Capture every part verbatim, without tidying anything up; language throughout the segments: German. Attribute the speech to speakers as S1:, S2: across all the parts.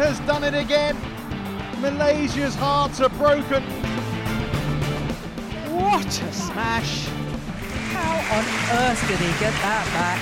S1: has done it again. Malaysia's hearts are broken.
S2: What a smash! How on earth did he get that back?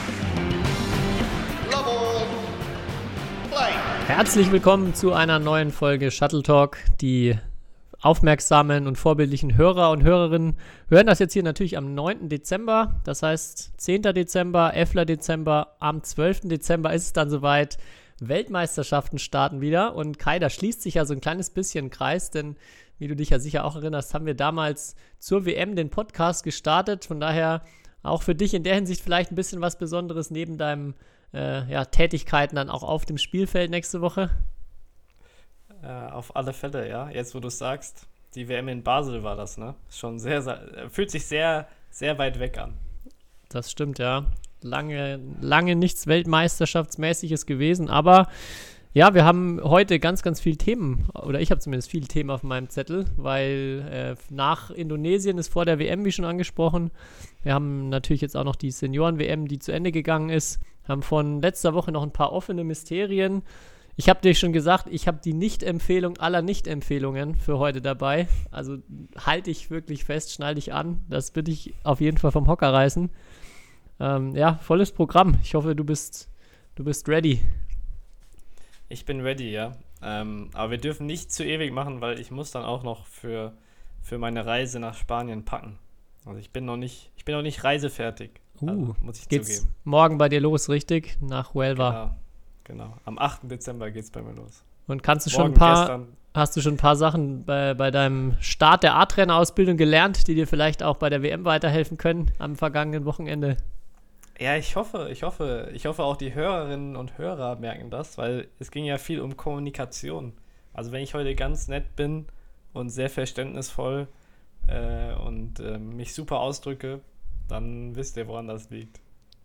S3: Love all. Play.
S4: Herzlich willkommen zu einer neuen Folge Shuttle Talk. Die aufmerksamen und vorbildlichen Hörer und Hörerinnen hören das jetzt hier natürlich am neunten Dezember. Das heißt zehnten Dezember, elften Dezember, am zwölften Dezember ist es dann soweit. Weltmeisterschaften starten wieder und Kai, da schließt sich ja so ein kleines bisschen Kreis, denn wie du dich ja sicher auch erinnerst, haben wir damals zur W M den Podcast gestartet. Von daher auch für dich in der Hinsicht vielleicht ein bisschen was Besonderes neben deinen äh, ja, Tätigkeiten dann auch auf dem Spielfeld nächste Woche.
S5: Äh, auf alle Fälle, ja. Jetzt, wo du es sagst, die W M in Basel war das, ne? Schon sehr, sehr, fühlt sich sehr, sehr weit weg an.
S4: Das stimmt, ja. Lange, lange nichts Weltmeisterschaftsmäßiges gewesen, aber ja, wir haben heute ganz, ganz viele Themen, oder ich habe zumindest viele Themen auf meinem Zettel, weil äh, nach Indonesien ist vor der W M, wie schon angesprochen. Wir haben natürlich jetzt auch noch die Senioren-W M, die zu Ende gegangen ist, haben von letzter Woche noch ein paar offene Mysterien. Ich habe dir schon gesagt, ich habe die Nicht-Empfehlung aller Nicht-Empfehlungen für heute dabei. Also halte ich wirklich fest, schnall dich an. Das würde ich auf jeden Fall vom Hocker reißen. Ähm, ja, volles Programm. Ich hoffe, du bist, du bist ready.
S5: Ich bin ready, ja. Ähm, aber wir dürfen nicht zu ewig machen, weil ich muss dann auch noch für, für meine Reise nach Spanien packen. Also ich bin noch nicht, ich bin noch nicht reisefertig.
S4: Uh,
S5: also, muss ich
S4: geht's
S5: zugeben.
S4: Morgen bei dir los, richtig? Nach Huelva.
S5: Genau. Genau, am achten Dezember geht's bei mir los.
S4: Und kannst du
S5: Morgen,
S4: schon ein paar,
S5: gestern.
S4: hast du schon ein paar Sachen bei, bei deinem Start der A-Trainer-Ausbildung gelernt, die dir vielleicht auch bei der W M weiterhelfen können am vergangenen Wochenende?
S5: Ja, ich hoffe, ich hoffe, ich hoffe auch die Hörerinnen und Hörer merken das, weil es ging ja viel um Kommunikation. Also wenn ich heute ganz nett bin und sehr verständnisvoll äh, und äh, mich super ausdrücke, dann wisst ihr, woran das liegt.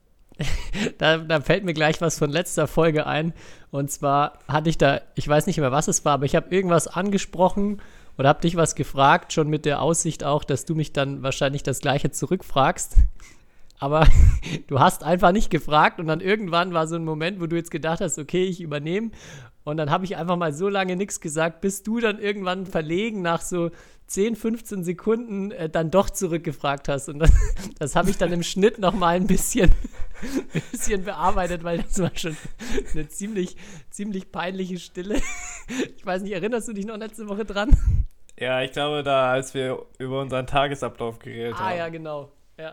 S4: Da, da fällt mir gleich was von letzter Folge ein. Und zwar hatte ich da, ich weiß nicht mehr, was es war, aber ich habe irgendwas angesprochen oder habe dich was gefragt, schon mit der Aussicht auch, dass du mich dann wahrscheinlich das Gleiche zurückfragst. Aber du hast einfach nicht gefragt und dann irgendwann war so ein Moment, wo du jetzt gedacht hast, okay, ich übernehme. Und dann habe ich einfach mal so lange nichts gesagt, bis du dann irgendwann verlegen nach so zehn, fünfzehn Sekunden äh, dann doch zurückgefragt hast. Und das, das habe ich dann im Schnitt nochmal ein bisschen, ein bisschen bearbeitet, weil das war schon eine ziemlich, ziemlich peinliche Stille. Ich weiß nicht, erinnerst du dich noch letzte Woche dran?
S5: Ja, ich glaube da, als wir über unseren Tagesablauf geredet
S4: ah,
S5: haben.
S4: Ah ja, genau. Ja.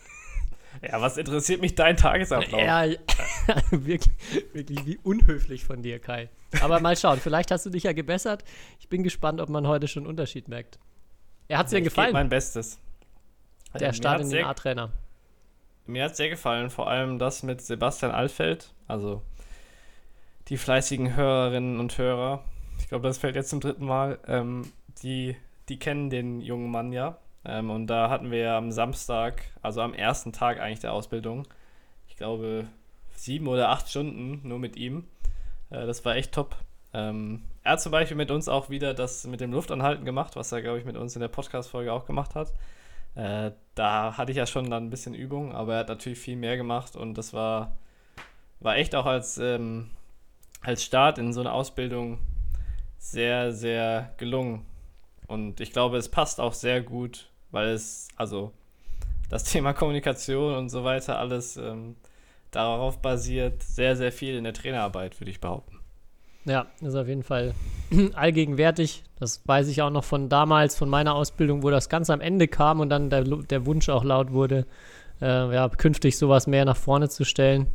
S5: Ja, was interessiert mich dein Tagesablauf?
S4: Ja, wirklich, wirklich wie unhöflich von dir, Kai. Aber mal schauen, vielleicht hast du dich ja gebessert. Ich bin gespannt, ob man heute schon einen Unterschied merkt. Er hat es dir
S5: Ich
S4: gefallen,
S5: gebe mein Bestes.
S4: der
S5: Mir
S4: Start
S5: hat's
S4: in den
S5: sehr-
S4: A-Trainer.
S5: Mir hat es sehr gefallen, vor allem das mit Sebastian Alfeld, also die fleißigen Hörerinnen und Hörer, ich glaube, das fällt jetzt zum dritten Mal, ähm, die, die kennen den jungen Mann ja. Ähm, und da hatten wir ja am Samstag, also am ersten Tag eigentlich der Ausbildung, ich glaube sieben oder acht Stunden nur mit ihm. Äh, das war echt top. Ähm, er hat zum Beispiel mit uns auch wieder das mit dem Luftanhalten gemacht, was er, glaube ich, mit uns in der Podcast-Folge auch gemacht hat. Äh, da hatte ich ja schon dann ein bisschen Übung, aber er hat natürlich viel mehr gemacht und das war, war echt auch als, ähm, als Start in so eine Ausbildung sehr, sehr gelungen. Und ich glaube, es passt auch sehr gut, weil es, also das Thema Kommunikation und so weiter, alles ähm, darauf basiert, sehr, sehr viel in der Trainerarbeit, würde ich behaupten.
S4: Ja, ist auf jeden Fall allgegenwärtig. Das weiß ich auch noch von damals, von meiner Ausbildung, wo das ganz am Ende kam und dann der, der Wunsch auch laut wurde, äh, ja, künftig sowas mehr nach vorne zu stellen.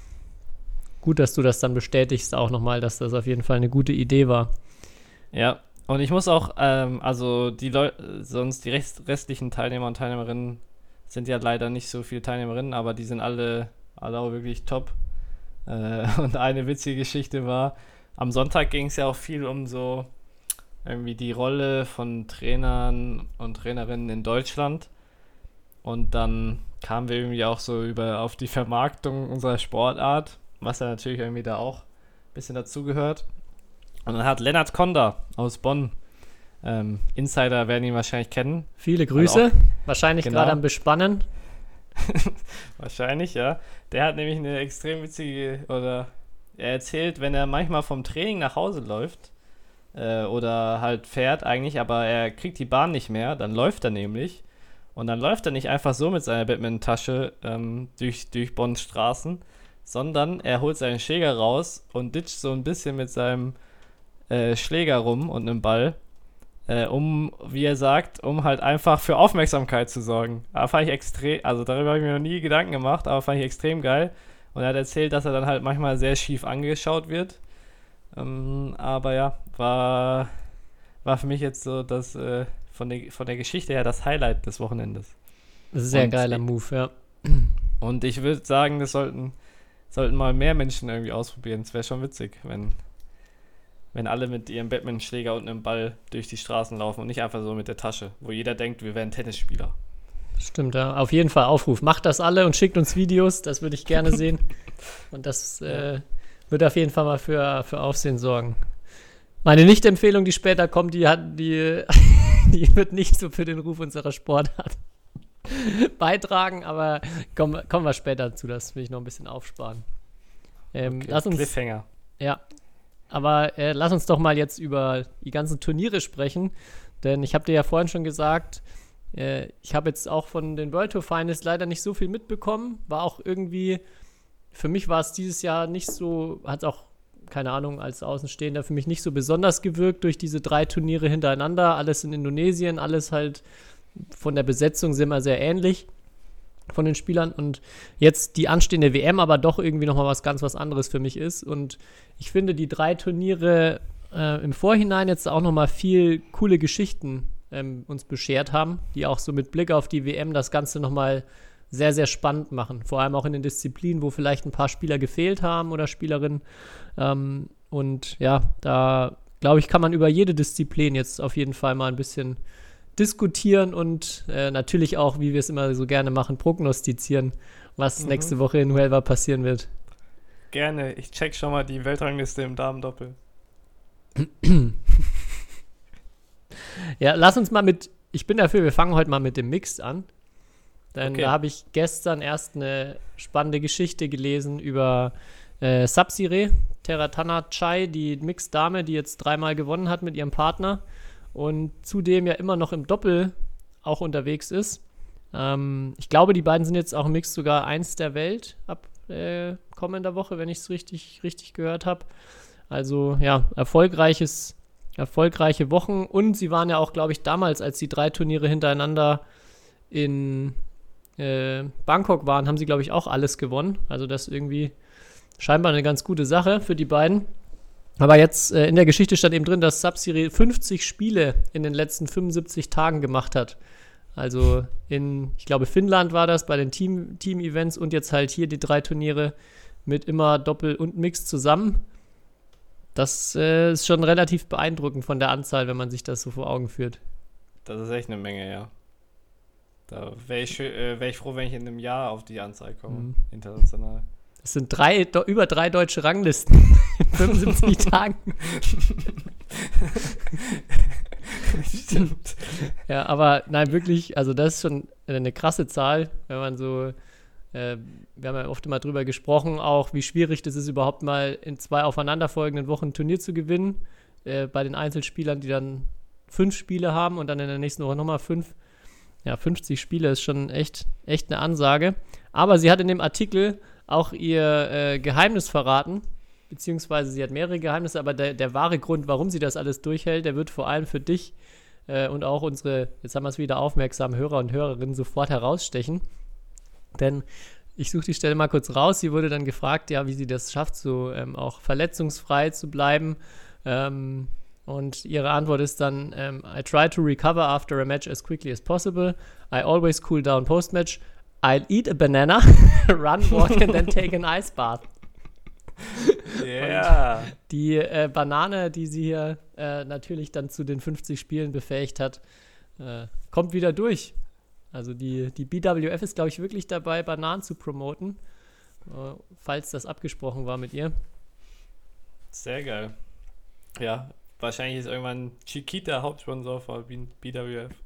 S4: Gut, dass du das dann bestätigst auch nochmal, dass das auf jeden Fall eine gute Idee war.
S5: Ja, und ich muss auch, ähm, also die Leute, sonst die rest- restlichen Teilnehmer und Teilnehmerinnen sind ja leider nicht so viele Teilnehmerinnen, aber die sind alle, alle auch wirklich top. Äh, und eine witzige Geschichte war, am Sonntag ging es ja auch viel um so irgendwie die Rolle von Trainern und Trainerinnen in Deutschland. Und dann kamen wir irgendwie auch so über auf die Vermarktung unserer Sportart, was ja natürlich irgendwie da auch ein bisschen dazugehört. Und dann hat Lennart Konda aus Bonn, ähm, Insider werden ihn wahrscheinlich kennen.
S4: Viele Grüße,
S5: auch,
S4: wahrscheinlich
S5: genau.
S4: gerade am Bespannen.
S5: Wahrscheinlich, ja. Der hat nämlich eine extrem witzige oder er erzählt, wenn er manchmal vom Training nach Hause läuft, äh, oder halt fährt eigentlich, aber er kriegt die Bahn nicht mehr, dann läuft er nämlich. Und dann läuft er nicht einfach so mit seiner Badminton-Tasche ähm, durch, durch Bonns Straßen, sondern er holt seinen Schläger raus und ditcht so ein bisschen mit seinem äh, Schläger rum und einem Ball, äh, um, wie er sagt, um halt einfach für Aufmerksamkeit zu sorgen. Aber fand ich extrem, also darüber habe ich mir noch nie Gedanken gemacht, aber fand ich extrem geil. Und er hat erzählt, dass er dann halt manchmal sehr schief angeschaut wird. Ähm, aber ja, war, war für mich jetzt so das äh, von, der, von der Geschichte her das Highlight des Wochenendes.
S4: Das ist ein sehr
S5: Und
S4: geiler
S5: ich-
S4: Move, ja.
S5: Und ich würde sagen, das sollten, sollten mal mehr Menschen irgendwie ausprobieren. Es wäre schon witzig, wenn, wenn alle mit ihrem Badmintonschläger und einem Ball durch die Straßen laufen und nicht einfach so mit der Tasche, wo jeder denkt, wir wären Tennisspieler.
S4: Stimmt, ja. Auf jeden Fall Aufruf. Macht das alle und schickt uns Videos, das würde ich gerne sehen. Und das äh, wird auf jeden Fall mal für, für Aufsehen sorgen. Meine Nicht-Empfehlung, die später kommt, die hat, die, die wird nicht so für den Ruf unserer Sportart beitragen, aber kommen, kommen wir später dazu, das will ich noch ein bisschen aufsparen. Ähm,
S5: Okay,
S4: lass uns,
S5: Cliffhanger.
S4: ja, aber äh, lass uns doch mal jetzt über die ganzen Turniere sprechen, denn ich habe dir ja vorhin schon gesagt, äh, ich habe jetzt auch von den World Tour Finals leider nicht so viel mitbekommen, war auch irgendwie, für mich war es dieses Jahr nicht so, hat auch, keine Ahnung, als Außenstehender für mich nicht so besonders gewirkt durch diese drei Turniere hintereinander, alles in Indonesien, alles halt von der Besetzung sind wir sehr ähnlich von den Spielern und jetzt die anstehende W M aber doch irgendwie nochmal was ganz was anderes für mich ist und ich finde die drei Turniere äh, im Vorhinein jetzt auch nochmal viel coole Geschichten ähm, uns beschert haben, die auch so mit Blick auf die W M das Ganze nochmal sehr, sehr spannend machen, vor allem auch in den Disziplinen, wo vielleicht ein paar Spieler gefehlt haben oder Spielerinnen ähm, und ja, da glaube ich, kann man über jede Disziplin jetzt auf jeden Fall mal ein bisschen diskutieren und äh, natürlich auch, wie wir es immer so gerne machen, prognostizieren, was
S5: Mhm.
S4: nächste Woche in Huelva passieren wird.
S5: Gerne, ich check schon mal die Weltrangliste im Damendoppel.
S4: Ja, lass uns mal mit, ich bin dafür, wir fangen heute mal mit dem Mixed an. Denn
S5: Okay.
S4: da habe ich gestern erst eine spannende Geschichte gelesen über äh, Sapsiree, Teratana Chai, die Mixed-Dame, die jetzt dreimal gewonnen hat mit ihrem Partner und zudem ja immer noch im Doppel auch unterwegs ist. Ähm, ich glaube, die beiden sind jetzt auch im Mixed sogar eins der Welt ab äh, kommender Woche, wenn ich es richtig, richtig gehört habe. Also ja, erfolgreiches, erfolgreiche Wochen und sie waren ja auch, glaube ich, damals, als die drei Turniere hintereinander in äh, Bangkok waren, haben sie, glaube ich, auch alles gewonnen. Also das ist irgendwie scheinbar eine ganz gute Sache für die beiden. Aber jetzt äh, in der Geschichte stand eben drin, dass Sapsiree fünfzig Spiele in den letzten fünfundsiebzig Tagen gemacht hat. Also in, ich glaube, Finnland war das bei den Team, Team-Events und jetzt halt hier die drei Turniere mit immer Doppel und Mix zusammen. Das äh, ist schon relativ beeindruckend von der Anzahl, wenn man sich das so vor Augen führt.
S5: Das ist echt eine Menge, ja. Da wäre ich, schö- äh, wär ich froh, wenn ich in einem Jahr auf die Anzahl komme,
S4: Mhm.
S5: international.
S4: Das sind drei, do, über drei deutsche Ranglisten in fünfundsiebzig Tagen.
S5: Stimmt.
S4: Ja, aber nein, wirklich, also das ist schon eine krasse Zahl, wenn man so, äh, wir haben ja oft immer drüber gesprochen, auch wie schwierig das ist, überhaupt mal in zwei aufeinanderfolgenden Wochen ein Turnier zu gewinnen, äh, bei den Einzelspielern, die dann fünf Spiele haben und dann in der nächsten Woche nochmal fünf. Ja, fünfzig Spiele ist schon echt, echt eine Ansage. Aber sie hat in dem Artikel auch ihr äh, Geheimnis verraten, beziehungsweise sie hat mehrere Geheimnisse, aber der, der wahre Grund, warum sie das alles durchhält, der wird vor allem für dich äh, und auch unsere, jetzt haben wir es wieder, aufmerksamen Hörer und Hörerinnen sofort herausstechen. Denn ich suche die Stelle mal kurz raus. Sie wurde dann gefragt, ja, wie sie das schafft, so ähm, auch verletzungsfrei zu bleiben. Ähm, und ihre Antwort ist dann, ähm, I try to recover after a match as quickly as possible. I always cool down post-match. I'll eat a banana, run, walk and then take an ice bath.
S5: Yeah.
S4: Die äh, Banane, die sie hier äh, natürlich dann zu den fünfzig Spielen befähigt hat, äh, kommt wieder durch. Also die, die B W F ist, glaube ich, wirklich dabei, Bananen zu promoten, äh, falls das abgesprochen war mit ihr.
S5: Sehr geil. Ja, wahrscheinlich ist irgendwann Chiquita Hauptsponsor von B W F.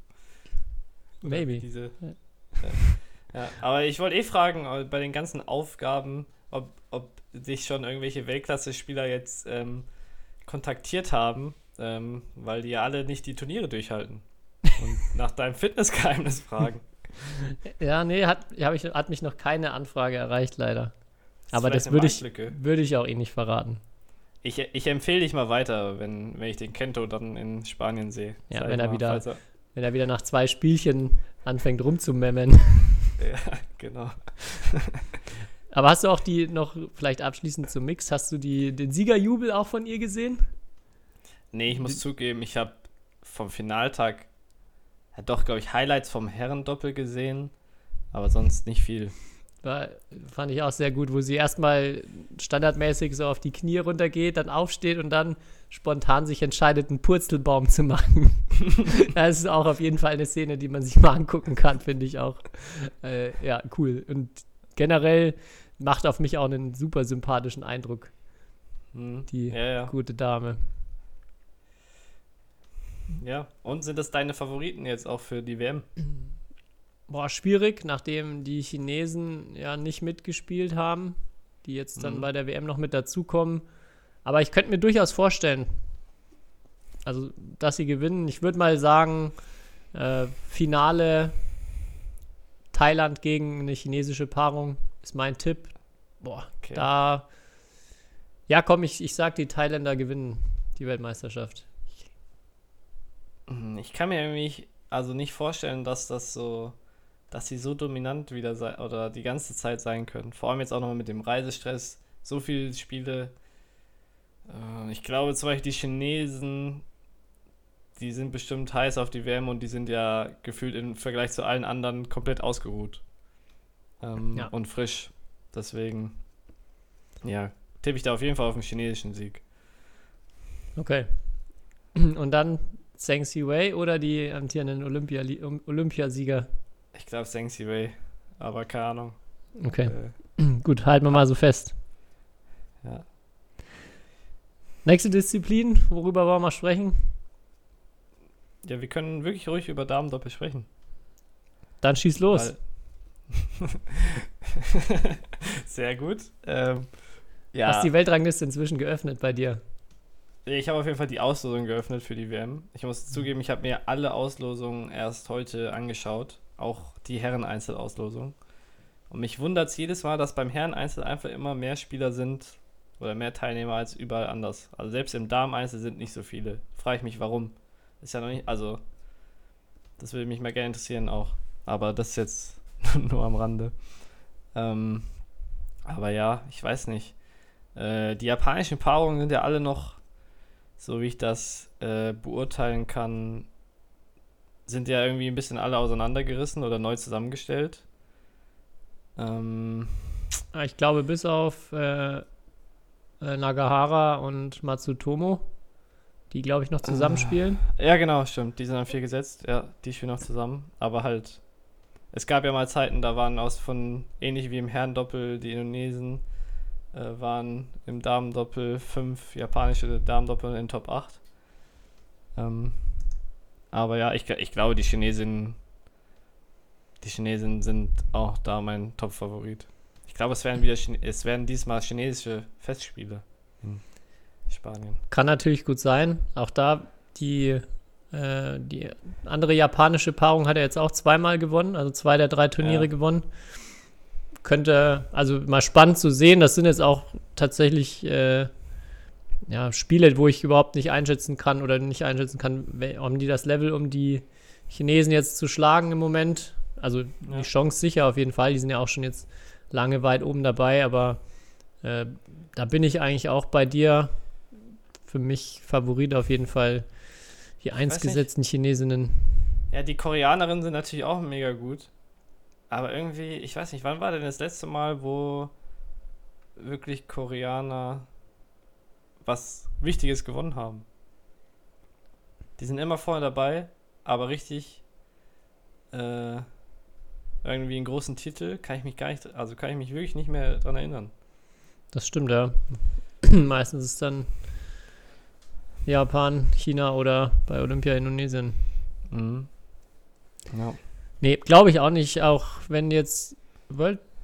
S5: Oder
S4: Maybe.
S5: Diese, ja. Ja, aber ich wollte eh fragen, bei den ganzen Aufgaben, ob, ob dich schon irgendwelche Weltklasse-Spieler jetzt ähm, kontaktiert haben, ähm, weil die ja alle nicht die Turniere durchhalten und nach deinem Fitnessgeheimnis fragen.
S4: Ja, nee, hat, hab ich, hat mich noch keine Anfrage erreicht, leider.
S5: Das ist
S4: Aber
S5: vielleicht
S4: das
S5: eine
S4: würde ich,
S5: Marktlücke.
S4: würde ich auch eh nicht verraten.
S5: Ich, ich empfehle dich mal weiter, wenn, wenn ich den Kento dann in Spanien sehe.
S4: Ja,
S5: Sag
S4: wenn
S5: ich
S4: er
S5: mal,
S4: wieder-
S5: falls Er,
S4: Wenn er wieder nach zwei Spielchen anfängt rumzumemmen.
S5: ja, genau.
S4: Aber hast du auch die noch, vielleicht abschließend zum Mix, hast du die, den Siegerjubel auch von ihr gesehen?
S5: Nee, ich muss zugeben, ich habe vom Finaltag ja, doch, glaube ich, Highlights vom Herrendoppel gesehen, aber sonst nicht viel.
S4: War, fand ich auch sehr gut, wo sie erstmal standardmäßig so auf die Knie runtergeht, dann aufsteht und dann spontan sich entscheidet, einen Purzelbaum zu machen. Das ist auch auf jeden Fall eine Szene, die man sich mal angucken kann, finde ich auch. Äh, ja, cool. Und generell macht auf mich auch einen super sympathischen Eindruck,
S5: Hm.
S4: die
S5: Ja, ja.
S4: gute Dame.
S5: Ja. Und sind das deine Favoriten jetzt auch für die W M?
S4: Boah, schwierig, nachdem die Chinesen ja nicht mitgespielt haben, die jetzt dann
S5: Mhm.
S4: bei der W M noch mit dazukommen. Aber ich könnte mir durchaus vorstellen, also, dass sie gewinnen. Ich würde mal sagen, äh, Finale Thailand gegen eine chinesische Paarung ist mein Tipp. Boah,
S5: Okay.
S4: da, ja komm, ich, ich sag, die Thailänder gewinnen die Weltmeisterschaft.
S5: Hm, Ich kann mir irgendwie also nicht vorstellen, dass das so, dass sie so dominant wieder sei, oder die ganze Zeit sein können. Vor allem jetzt auch nochmal mit dem Reisestress. So viele Spiele. Äh, ich glaube zum Beispiel die Chinesen, die sind bestimmt heiß auf die W M und die sind ja gefühlt im Vergleich zu allen anderen komplett ausgeruht. Ähm,
S4: Ja.
S5: Und frisch. Deswegen, ja, tippe ich da auf jeden Fall auf einen chinesischen Sieg.
S4: Okay. Und dann Zheng Siwei oder die amtierenden Olympia Olympiasieger?
S5: Ich glaube Zheng Siwei, aber keine Ahnung.
S4: Okay,
S5: Äh,
S4: gut, halten wir mal so fest.
S5: ja.
S4: Nächste Disziplin, worüber wollen wir sprechen?
S5: ja, wir können wirklich ruhig über Damendoppel sprechen.
S4: Dann schieß los.
S5: Weil- Sehr gut. Ähm, ja,
S4: Hast die Weltrangliste inzwischen geöffnet bei dir?
S5: ich habe auf jeden Fall die Auslosung geöffnet für die W M. Ich muss zugeben, ich habe mir alle Auslosungen erst heute angeschaut. Auch die Herren-Einzel-Auslosung. Und mich wundert es jedes Mal, dass beim Herren-Einzel einfach immer mehr Spieler sind oder mehr Teilnehmer als überall anders. Also selbst im Damen-Einzel sind nicht so viele. Frage ich mich, warum. Ist ja noch nicht, also das würde mich mal gerne interessieren auch. Aber das ist jetzt nur am Rande. Ähm, aber ja, ich weiß nicht. Äh, die japanischen Paarungen sind ja alle noch, so wie ich das äh, beurteilen kann, sind ja irgendwie ein bisschen alle auseinandergerissen oder neu zusammengestellt. Ähm,
S4: Ah, Ich glaube, bis auf äh, äh, Nagahara und Matsutomo, die, glaube ich, noch zusammenspielen.
S5: ja, genau, stimmt. Die sind an vier gesetzt. Ja, die spielen noch zusammen. Aber halt, es gab ja mal Zeiten, da waren aus von, ähnlich wie im Herrendoppel, die Indonesen äh, waren im Damendoppel fünf japanische Damendoppel in den Top acht. Ähm, aber ja, ich, ich glaube, die Chinesinnen, die Chinesen sind auch da mein Top-Favorit. Ich glaube, es werden wieder, Chine- es werden diesmal chinesische Festspiele in Spanien.
S4: Kann natürlich gut sein. Auch da, die, äh, die andere japanische Paarung hat er jetzt auch zweimal gewonnen, also zwei der drei Turniere
S5: Ja.
S4: gewonnen. Könnte, also mal spannend zu sehen, das sind jetzt auch tatsächlich äh, ja, Spiele, wo ich überhaupt nicht einschätzen kann oder nicht einschätzen kann, we- haben die das Level, um die Chinesen jetzt zu schlagen im Moment. Also
S5: Ja.
S4: die Chance sicher auf jeden Fall, die sind ja auch schon jetzt lange weit oben dabei, aber äh, da bin ich eigentlich auch bei dir. Für mich Favorit auf jeden Fall die eins
S5: nicht.
S4: gesetzten Chinesinnen.
S5: Ja, die Koreanerinnen sind natürlich auch mega gut. Aber irgendwie, ich weiß nicht, wann war denn das letzte Mal, wo wirklich Koreaner was Wichtiges gewonnen haben? Die sind immer vorne dabei, aber richtig äh, irgendwie einen großen Titel kann ich mich gar nicht, also kann ich mich wirklich nicht mehr dran erinnern.
S4: Das stimmt, ja. Meistens ist es dann Japan, China oder bei Olympia Indonesien.
S5: Mhm. Ja.
S4: Nee, glaube ich auch nicht. Auch wenn jetzt World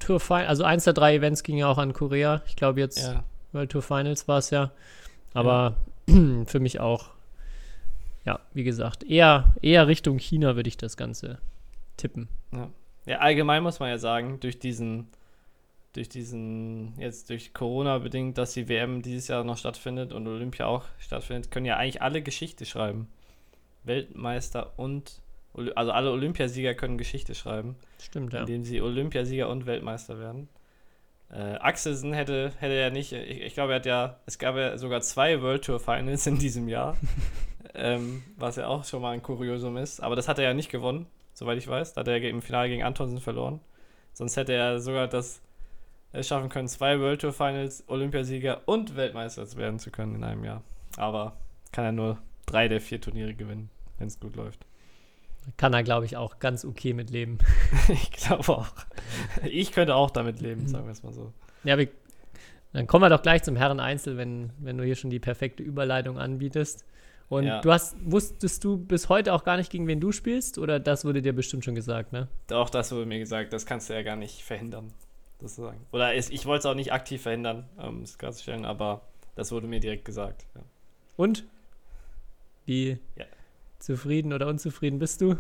S4: Tour Finals, also eins der drei Events ging ja auch an Korea. Ich glaube jetzt
S5: Ja.
S4: World Tour Finals war es ja. Aber für mich auch, ja, wie gesagt, eher, eher Richtung China würde ich das Ganze tippen.
S5: Ja. ja, allgemein muss man ja sagen, durch diesen, durch diesen, jetzt durch Corona bedingt, dass die W M dieses Jahr noch stattfindet und Olympia auch stattfindet, können ja eigentlich alle Geschichte schreiben. Weltmeister und, Oly- also alle Olympiasieger können Geschichte schreiben,
S4: Stimmt, ja.
S5: indem sie Olympiasieger und Weltmeister werden. Äh, Axelsen hätte, hätte ja nicht, ich, ich glaube, er hat ja, es gab ja sogar zwei World Tour Finals in diesem Jahr, ähm, was ja auch schon mal ein Kuriosum ist, aber das hat er ja nicht gewonnen, soweit ich weiß, da hat er im Finale gegen Antonsen verloren. Sonst hätte er sogar das äh, schaffen können, zwei World Tour Finals, Olympiasieger und Weltmeister werden zu können in einem Jahr. Aber kann er nur drei der vier Turniere gewinnen, wenn es gut läuft.
S4: Kann er, glaube ich, auch ganz okay mit leben.
S5: Ich glaube auch. Ich könnte auch damit leben, sagen wir es mal so.
S4: Ja, wir, dann kommen wir doch gleich zum Herren-Einzel, wenn, wenn du hier schon die perfekte Überleitung anbietest. Und
S5: Ja.
S4: du hast, wusstest du bis heute auch gar nicht, gegen wen du spielst? Oder das wurde dir bestimmt schon gesagt, ne?
S5: Doch, das wurde mir gesagt, das kannst du ja gar nicht verhindern, sozusagen. Oder es, ich wollte es auch nicht aktiv verhindern, um es klarzustellen, aber das wurde mir direkt gesagt. Ja.
S4: Und? Wie
S5: Ja.
S4: zufrieden oder unzufrieden bist du?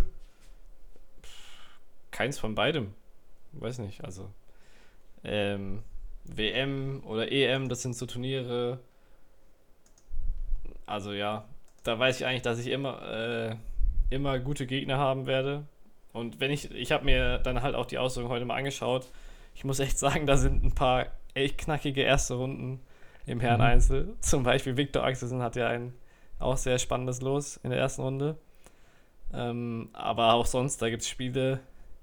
S5: Keins von beidem. Weiß nicht, also ähm, W M oder E M, das sind so Turniere. Also ja, da weiß ich eigentlich, dass ich immer, äh, immer gute Gegner haben werde. Und wenn ich, ich habe mir dann halt auch die Auslosung heute mal angeschaut. Ich muss echt sagen, da sind ein paar echt knackige erste Runden im Herren-Einzel. Mhm. Zum Beispiel Viktor Axelsen hat ja ein auch sehr spannendes Los in der ersten Runde. Ähm, aber auch sonst, da gibt es Spiele.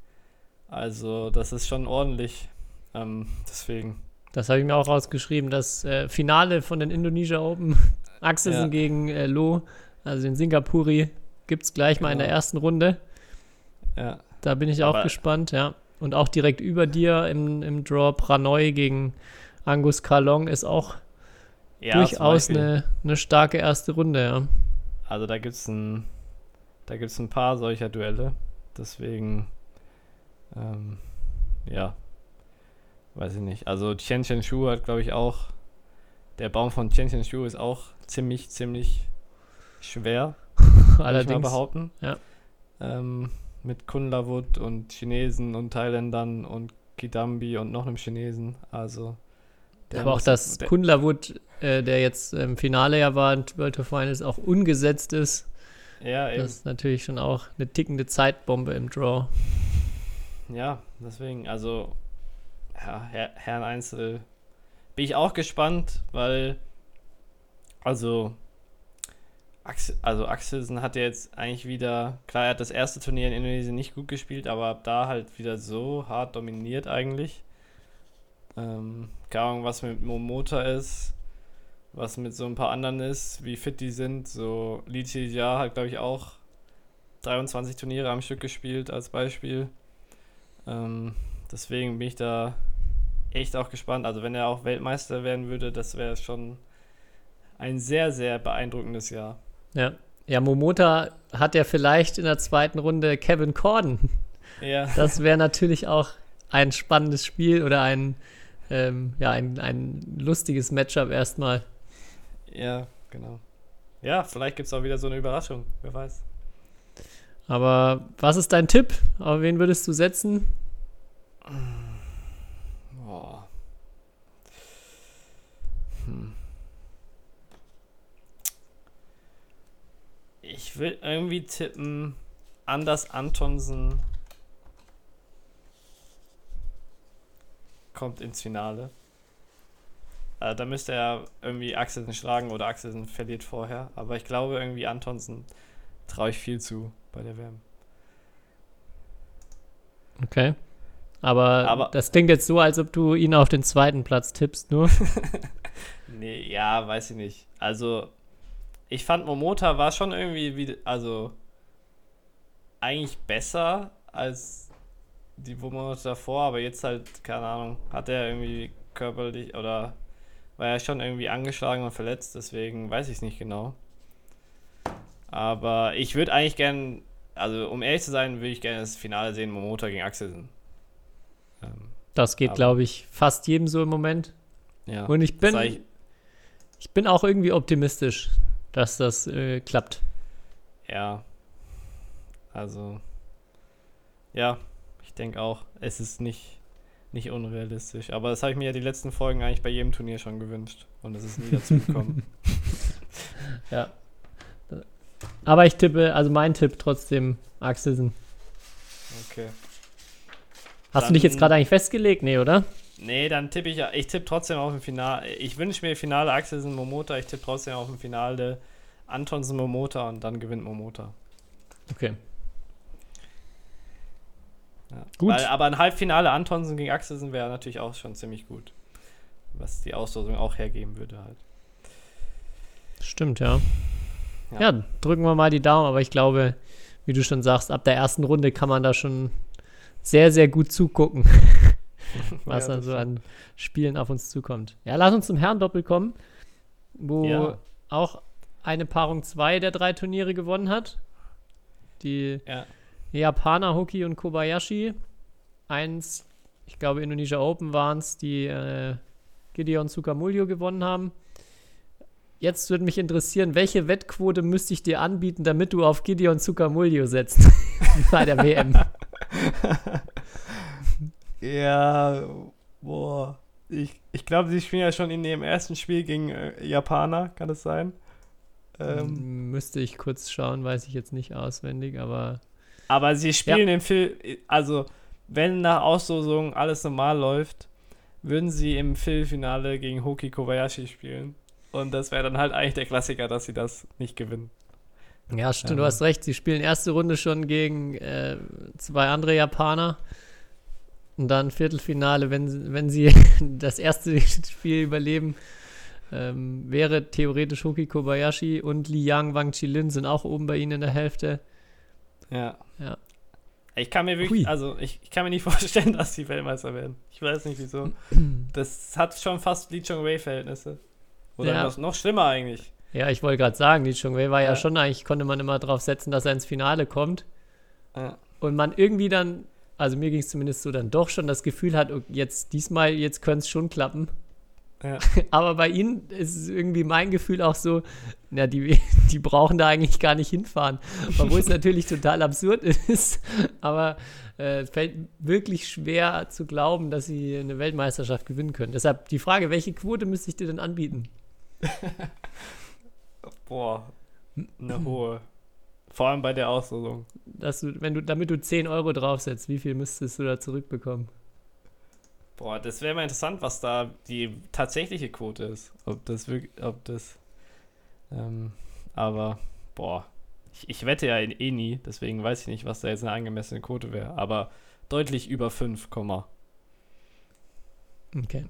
S5: Also das ist schon ordentlich. Ähm, deswegen.
S4: Das habe ich mir auch rausgeschrieben. Das äh, Finale von den Indonesia Open, Axelsen
S5: Ja.
S4: gegen äh, Loh, also den Singapuri, gibt es gleich mal in der
S5: Genau.
S4: ersten Runde.
S5: Ja.
S4: Da bin ich auch
S5: Aber-
S4: gespannt, ja. Und auch direkt über dir im, im Draw Pranoy gegen Angus Kalong ist auch
S5: Ja, zum
S4: durchaus
S5: Beispiel.
S4: eine, eine starke erste Runde, ja.
S5: Also da gibt es ein, da gibt's ein paar solcher Duelle. Deswegen, ähm, ja, weiß ich nicht. Also Chen Chen Shu hat, glaube ich, auch, der Baum von Chen Chen Shu ist auch ziemlich, ziemlich schwer, würde ich mal
S4: Allerdings.
S5: behaupten.
S4: ja.
S5: Ähm, mit Kunlavut und Chinesen und Thailändern und Kidambi und noch einem Chinesen. Also der
S4: Aber auch
S5: muss-
S4: das
S5: der-
S4: Kunlavut, äh, der jetzt im Finale ja war und World Tour Finals auch ungesetzt ist,
S5: Ja, eben.
S4: das ist natürlich schon auch eine tickende Zeitbombe im Draw.
S5: Ja, deswegen, also ja, Her Herren Einzel bin ich auch gespannt, weil also Axel, also Axelsen hat ja jetzt eigentlich wieder, klar, er hat das erste Turnier in Indonesien nicht gut gespielt, aber ab da halt wieder so hart dominiert eigentlich. Ähm, keine Ahnung, was mit Momota ist, was mit so ein paar anderen ist, wie fit die sind. So Li Jia hat, glaube ich, auch dreiundzwanzig Turniere am Stück gespielt als Beispiel. Ähm, deswegen bin ich da echt auch gespannt. Also wenn er auch Weltmeister werden würde, das wäre schon ein sehr, sehr beeindruckendes Jahr.
S4: Ja. Ja, Momota hat ja vielleicht in der zweiten Runde Kevin Corden.
S5: Ja,
S4: Das wäre natürlich auch ein spannendes Spiel oder ein, ähm, ja, ein, ein lustiges Matchup erstmal.
S5: ja, genau. Ja, vielleicht gibt es auch wieder so eine Überraschung, wer weiß.
S4: Aber was ist dein Tipp? Auf wen würdest du setzen?
S5: Boah. Hm. Ich will irgendwie tippen, Anders Antonsen kommt ins Finale. Äh, da müsste er irgendwie Axelsen schlagen oder Axelsen verliert vorher. Aber ich glaube irgendwie Antonsen traue ich viel zu bei der W M.
S4: Okay. Aber,
S5: Aber-
S4: das klingt jetzt so, als ob du ihn auf den zweiten Platz tippst, nur.
S5: Nee, ja, weiß ich nicht. Also, ich fand Momota war schon irgendwie, wie, also, eigentlich besser als die Monate davor, aber jetzt halt, keine Ahnung, hat er irgendwie körperlich oder war er schon irgendwie angeschlagen und verletzt, deswegen weiß ich es nicht genau. Aber ich würde eigentlich gern, also um ehrlich zu sein, würde ich gerne das Finale sehen, Momota gegen Axelsen. Ähm,
S4: Das geht,
S5: Aber-
S4: glaube ich, fast jedem so im Moment.
S5: Ja.
S4: Und ich
S5: Das
S4: bin,
S5: sag ich,
S4: ich bin auch irgendwie optimistisch, dass das äh, klappt.
S5: ja. Also, ja, ich denke auch, es ist nicht, nicht unrealistisch. Aber das habe ich mir ja die letzten Folgen eigentlich bei jedem Turnier schon gewünscht. Und es ist nie dazu gekommen.
S4: Ja. Aber ich tippe, also mein Tipp trotzdem Axelsen.
S5: Okay.
S4: Hast du dich jetzt
S5: Dann-
S4: gerade eigentlich festgelegt? Nee, oder?
S5: Nee, dann tippe ich, ich tippe trotzdem auf ein Finale. Ich wünsche mir Finale Axelsen Momota, ich tippe trotzdem auf ein Finale Antonsen Momota und dann gewinnt Momota.
S4: Okay.
S5: Ja.
S4: Gut.
S5: Weil, aber ein Halbfinale Antonsen gegen Axelsen wäre natürlich auch schon ziemlich gut. Was die Auslosung auch hergeben würde halt.
S4: Stimmt, ja.
S5: Ja.
S4: Ja, drücken wir mal die Daumen, aber ich glaube, wie du schon sagst, ab der ersten Runde kann man da schon sehr, sehr gut zugucken, was
S5: Ja,
S4: dann
S5: das
S4: so
S5: stimmt.
S4: an Spielen auf uns zukommt. Ja, lass uns zum Herrendoppel kommen, wo
S5: Ja.
S4: auch eine Paarung zwei der drei Turniere gewonnen hat. Die
S5: Ja.
S4: Japaner Hoki und Kobayashi. Eins, ich glaube Indonesia Open waren es, die äh, Gideon Sukamuljo gewonnen haben. Jetzt würde mich interessieren, welche Wettquote müsste ich dir anbieten, damit du auf Gideon Sukamuljo setzt bei der W M?
S5: Ja, boah. Ich, ich glaube, sie spielen ja schon in ihrem ersten Spiel gegen äh, Japaner, kann das sein? Ähm,
S4: Müsste ich kurz schauen, weiß ich jetzt nicht auswendig, aber
S5: aber sie spielen im Phil, also wenn nach Auslosung alles normal läuft, würden sie im Viertelfinale gegen Hoki Kobayashi spielen. Und das wäre dann halt eigentlich der Klassiker, dass sie das nicht gewinnen.
S4: ja, stimmt,
S5: Ja.
S4: du hast recht. Sie spielen erste Runde schon gegen äh, zwei andere Japaner. Und dann Viertelfinale, wenn, sie- wenn sie das erste Spiel überleben, ähm, wäre theoretisch Hoki Kobayashi und Liang Wangchilin sind auch oben bei ihnen in der Hälfte.
S5: Ja.
S4: Ja.
S5: Ich kann mir wirklich,
S4: Hui.
S5: also ich, ich kann mir nicht vorstellen, dass die Weltmeister werden. Ich weiß nicht wieso. Das hat schon fast Lee Chong-Wei-Verhältnisse. Oder
S4: Ja.
S5: was noch schlimmer eigentlich.
S4: Ja, ich wollte gerade sagen, Lee Chong-Wei war ja.
S5: Ja.
S4: schon eigentlich, konnte man immer drauf setzen, dass er ins Finale kommt.
S5: Ja.
S4: Und man irgendwie dann, also mir ging es zumindest so, dann doch schon das Gefühl hat, okay, jetzt diesmal, jetzt könnte es schon klappen.
S5: Ja.
S4: Aber bei ihnen ist es irgendwie mein Gefühl auch so, na, die, die brauchen da eigentlich gar nicht hinfahren. Obwohl es natürlich total absurd ist. Aber äh, es fällt wirklich schwer zu glauben, dass sie eine Weltmeisterschaft gewinnen können. Deshalb die Frage, welche Quote müsste ich dir denn anbieten?
S5: Boah, eine hohe. Vor allem bei der Auslosung.
S4: Dass du, wenn du, damit du zehn Euro draufsetzt, wie viel müsstest du da zurückbekommen?
S5: Boah, das wäre mal interessant, was da die tatsächliche Quote ist. Ob das wirklich, ob das, ähm, aber, boah, ich, ich wette ja eh nie, deswegen weiß ich nicht, was da jetzt eine angemessene Quote wäre, aber deutlich über fünf, Komma.
S4: Okay.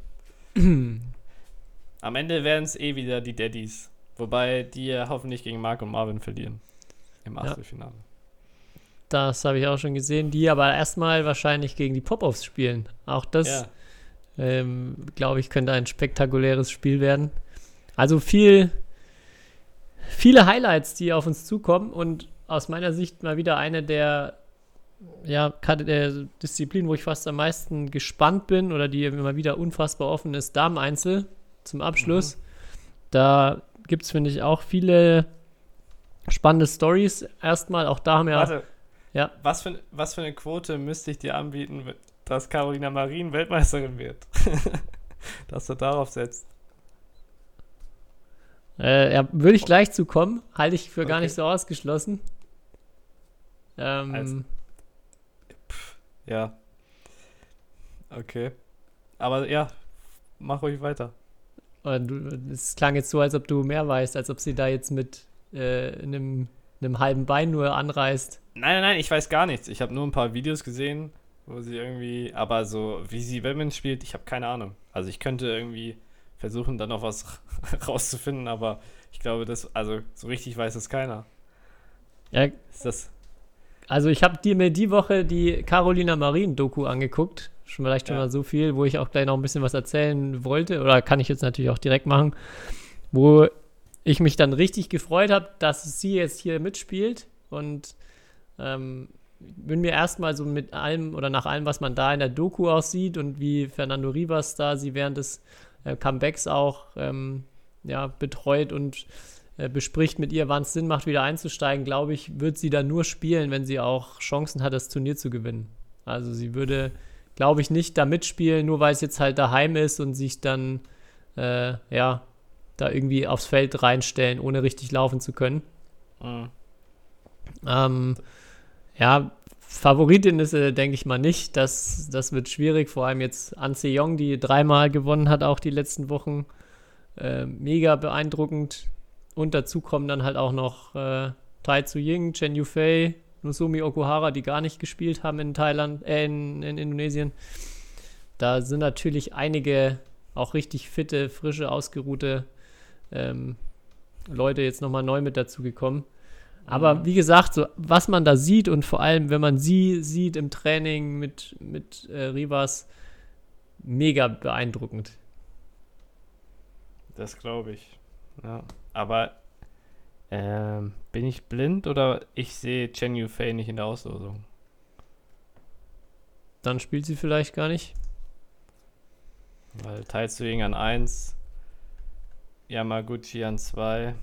S5: Am Ende wären es eh wieder die Daddies, wobei die ja hoffentlich gegen Mark und Marvin verlieren im
S4: Ja.
S5: Achtelfinale.
S4: Das habe ich auch schon gesehen, die aber erstmal wahrscheinlich gegen die Pop-Offs spielen. Auch das,
S5: Ja,
S4: ähm, glaube ich, könnte ein spektakuläres Spiel werden. Also viel, viele Highlights, die auf uns zukommen und aus meiner Sicht mal wieder eine der, ja, Kate- der Disziplinen, wo ich fast am meisten gespannt bin oder die immer wieder unfassbar offen ist, Damen-Einzel zum Abschluss. Da gibt es, finde ich, auch viele spannende Stories. Erstmal, auch da haben wir
S5: warte.
S4: Ja.
S5: Was für, was für eine Quote müsste ich dir anbieten, dass Carolina Marin Weltmeisterin wird? Dass du darauf setzt.
S4: Äh, ja, würde ich gleich zu kommen. Halte ich für gar
S5: Okay.
S4: nicht so ausgeschlossen. Ähm,
S5: Also- Ja. Okay. Aber ja, mach ruhig weiter.
S4: und du, es klang jetzt so, als ob du mehr weißt, als ob sie da jetzt mit äh, einem, einem halben Bein nur anreist.
S5: Nein, nein, nein, ich weiß gar nichts. Ich habe nur ein paar Videos gesehen, wo sie irgendwie, aber so, wie sie Women spielt, ich habe keine Ahnung. Also ich könnte irgendwie versuchen, dann noch was rauszufinden, aber ich glaube, das, also so richtig weiß es keiner.
S4: Ja,
S5: Ist das,
S4: also ich habe dir mir die Woche die Carolina Marin-Doku angeguckt. Schon vielleicht schon
S5: Ja.
S4: mal so viel, wo ich auch gleich noch ein bisschen was erzählen wollte. Oder kann ich jetzt natürlich auch direkt machen. Wo ich mich dann richtig gefreut habe, dass sie jetzt hier mitspielt. Und ähm, bin mir erstmal so mit allem oder nach allem, was man da in der Doku auch sieht und wie Fernando Rivas da sie während des äh, Comebacks auch ähm, ja, betreut und äh, bespricht mit ihr, wann es Sinn macht, wieder einzusteigen, glaube ich, wird sie da nur spielen, wenn sie auch Chancen hat, das Turnier zu gewinnen. Also sie würde, glaube ich, nicht da mitspielen, nur weil es jetzt halt daheim ist und sich dann äh, ja, da irgendwie aufs Feld reinstellen, ohne richtig laufen zu können.
S5: Mhm.
S4: Ähm, ja, Favoritin ist, äh, denke ich mal nicht. Das, das wird schwierig, vor allem jetzt An Se-Young, die dreimal gewonnen hat, auch die letzten Wochen. Äh, mega beeindruckend. Und dazu kommen dann halt auch noch äh, Tai Tzu Ying, Chen Yufei, Nozomi Okuhara, die gar nicht gespielt haben in Thailand, äh, in, in Indonesien. Da sind natürlich einige auch richtig fitte, frische, ausgeruhte ähm, Leute jetzt nochmal neu mit dazu gekommen. Aber wie gesagt, so, was man da sieht und vor allem, wenn man sie sieht im Training mit, mit äh, Rivas, mega beeindruckend.
S5: Das glaube ich. Ja. Aber ähm, bin ich blind oder ich sehe Chen Yufei nicht in der Auslosung?
S4: Dann spielt sie vielleicht gar nicht.
S5: Weil Tai Tzu Ying an eins, Yamaguchi an zwei.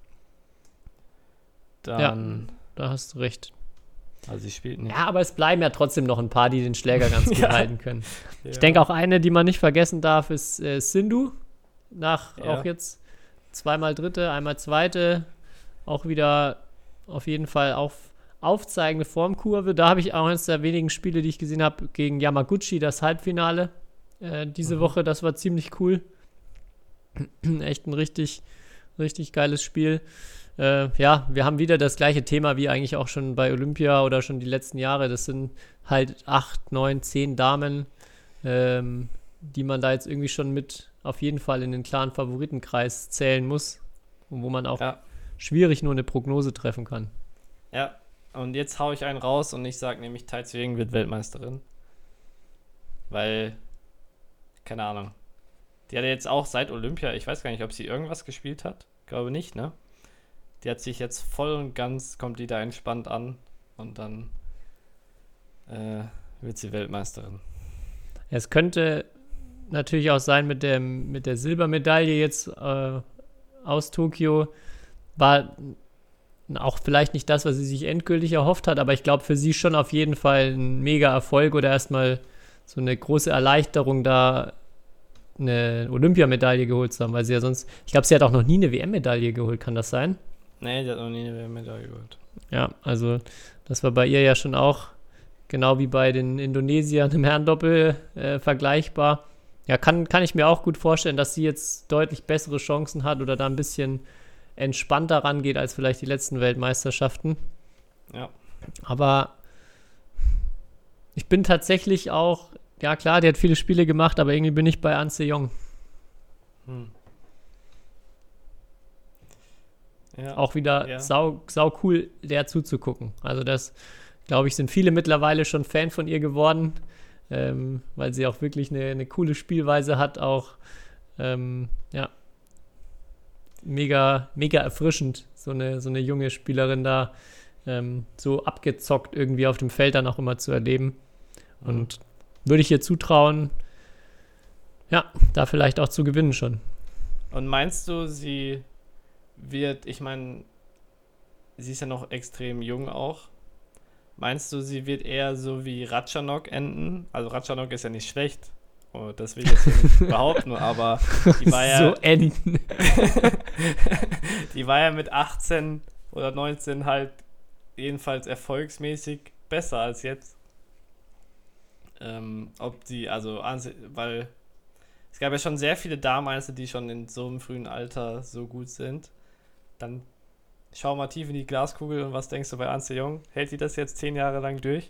S5: Dann.
S4: Ja, da hast du recht.
S5: Also sie spielt nicht.
S4: Ja, aber es bleiben ja trotzdem noch ein paar, die den Schläger ganz gut
S5: Ja.
S4: halten können.
S5: Ja.
S4: Ich denke auch eine, die man nicht vergessen darf, ist äh, Sindhu. Nach
S5: Ja.
S4: auch jetzt zweimal Dritte, einmal Zweite. Auch wieder auf jeden Fall auf aufzeigende Formkurve. Da habe ich auch eines der wenigen Spiele, die ich gesehen habe, gegen Yamaguchi, das Halbfinale äh, diese
S5: Mhm.
S4: Woche. Das war ziemlich cool. Echt ein richtig, richtig geiles Spiel. Äh, ja, wir haben wieder das gleiche Thema wie eigentlich auch schon bei Olympia oder schon die letzten Jahre. Das sind halt acht, neun, zehn Damen, ähm, die man da jetzt irgendwie schon mit auf jeden Fall in den klaren Favoritenkreis zählen muss und wo man auch
S5: Ja.
S4: schwierig nur eine Prognose treffen kann.
S5: Ja, und jetzt hau ich einen raus und ich sage nämlich, Tai Tzu Ying wird Weltmeisterin. Weil, keine Ahnung. Die hat jetzt auch seit Olympia, ich weiß gar nicht, ob sie irgendwas gespielt hat. Glaube nicht, ne? Die hat sich jetzt voll und ganz, kommt die da entspannt an und dann äh, wird sie Weltmeisterin.
S4: Es könnte natürlich auch sein mit, dem, mit der Silbermedaille jetzt äh, aus Tokio, war auch vielleicht nicht das, was sie sich endgültig erhofft hat, aber ich glaube für sie schon auf jeden Fall ein mega Erfolg oder erstmal so eine große Erleichterung, da eine Olympiamedaille geholt zu haben, weil sie ja sonst, ich glaube, sie hat auch noch nie eine W M-Medaille geholt, kann das sein?
S5: Nee, die hat noch nie eine Medaille geholt.
S4: Ja, also das war bei ihr ja schon auch genau wie bei den Indonesiern im Herrendoppel äh, vergleichbar. Ja, kann, kann ich mir auch gut vorstellen, dass sie jetzt deutlich bessere Chancen hat oder da ein bisschen entspannter rangeht als vielleicht die letzten Weltmeisterschaften.
S5: Ja.
S4: Aber ich bin tatsächlich auch, ja klar, die hat viele Spiele gemacht, aber irgendwie bin ich bei An Se-Young.
S5: Hm. Ja.
S4: Auch wieder
S5: Ja.
S4: sau, sau cool, der zuzugucken. Also das, glaube ich, sind viele mittlerweile schon Fan von ihr geworden, ähm, weil sie auch wirklich eine, eine coole Spielweise hat, auch ähm, ja, mega, mega erfrischend, so eine, so eine junge Spielerin da ähm, so abgezockt irgendwie auf dem Feld dann auch immer zu erleben. Und würde ich ihr zutrauen, ja, da vielleicht auch zu gewinnen schon.
S5: Und meinst du, sie wird, ich meine, sie ist ja noch extrem jung auch. Meinst du, sie wird eher so wie Ratchanok enden? Also Ratchanok ist ja nicht schlecht. Oh, das will ich jetzt nicht behaupten, aber die war ja,
S4: So enden.
S5: die war ja mit achtzehn oder neunzehn halt jedenfalls erfolgsmäßig besser als jetzt. Ähm, ob die, also, weil es gab ja schon sehr viele Damen, die schon in so einem frühen Alter so gut sind. Dann schau mal tief in die Glaskugel und was denkst du bei An Se-Young? Hält die das jetzt zehn Jahre lang durch?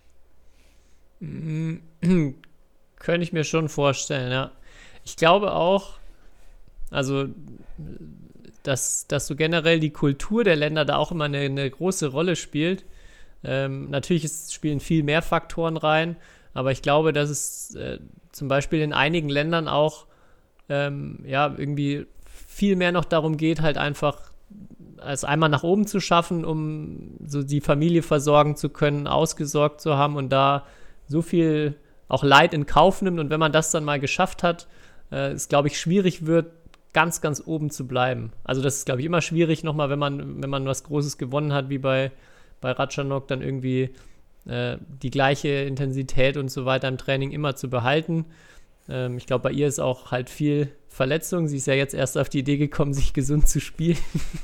S4: Könnte ich mir schon vorstellen, ja. Ich glaube auch, also, dass, dass so generell die Kultur der Länder da auch immer eine, eine große Rolle spielt. Ähm, natürlich ist, spielen viel mehr Faktoren rein, aber ich glaube, dass es äh, zum Beispiel in einigen Ländern auch ähm, ja, irgendwie viel mehr noch darum geht, halt einfach es einmal nach oben zu schaffen, um so die Familie versorgen zu können, ausgesorgt zu haben und da so viel auch Leid in Kauf nimmt. Und wenn man das dann mal geschafft hat, äh, es, glaube ich, schwierig wird, ganz, ganz oben zu bleiben. Also das ist, glaube ich, immer schwierig nochmal, wenn man, wenn man was Großes gewonnen hat, wie bei, bei Ratchanok, dann irgendwie äh, die gleiche Intensität und so weiter im Training immer zu behalten. Ähm, ich glaube, bei ihr ist auch halt viel Verletzung. Sie ist ja jetzt erst auf die Idee gekommen, sich gesund zu spielen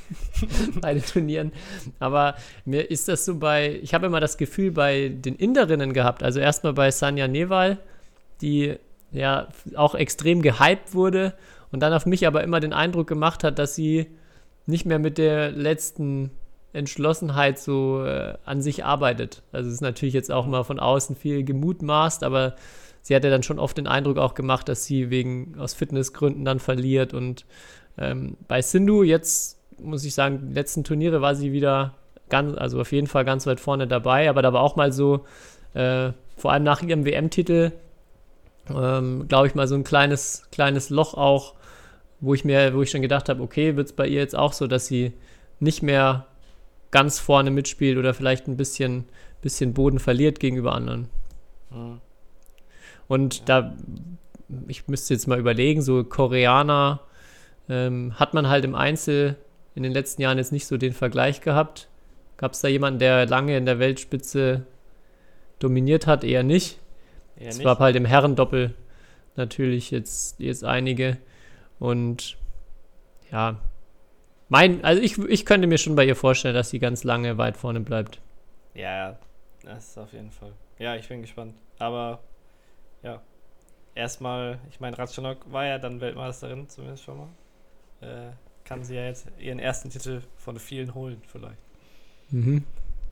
S4: bei den Turnieren. Aber mir ist das so bei, ich habe immer das Gefühl bei den Inderinnen gehabt, also erstmal bei Sanja Nehwal, die ja auch extrem gehypt wurde und dann auf mich aber immer den Eindruck gemacht hat, dass sie nicht mehr mit der letzten Entschlossenheit so äh, an sich arbeitet. Also es ist natürlich jetzt auch mal von außen viel gemutmaßt, aber sie hatte dann schon oft den Eindruck auch gemacht, dass sie wegen aus Fitnessgründen dann verliert. Und ähm, bei Sindhu jetzt, muss ich sagen, die letzten Turniere war sie wieder ganz, also auf jeden Fall ganz weit vorne dabei, aber da war auch mal so, äh, vor allem nach ihrem W M-Titel, ähm, glaube ich mal so ein kleines, kleines Loch auch, wo ich mir, wo ich schon gedacht habe, okay, wird es bei ihr jetzt auch so, dass sie nicht mehr ganz vorne mitspielt oder vielleicht ein bisschen, bisschen Boden verliert gegenüber anderen.
S5: Mhm.
S4: Und ja. da, ich müsste jetzt mal überlegen, so Koreaner ähm, hat man halt im Einzel in den letzten Jahren jetzt nicht so den Vergleich gehabt. Gab es da jemanden, der lange in der Weltspitze dominiert hat? Eher nicht.
S5: Eher
S4: es
S5: nicht.
S4: gab halt im Herrendoppel natürlich jetzt, jetzt einige. Und ja, mein, also ich, ich könnte mir schon bei ihr vorstellen, dass sie ganz lange weit vorne bleibt.
S5: Ja, das ist auf jeden Fall. Ja, ich bin gespannt. Aber ja, erstmal, ich meine, Ratchanok war ja dann Weltmeisterin, zumindest schon mal. Äh, kann sie ja jetzt ihren ersten Titel von vielen holen, vielleicht.
S4: Mhm.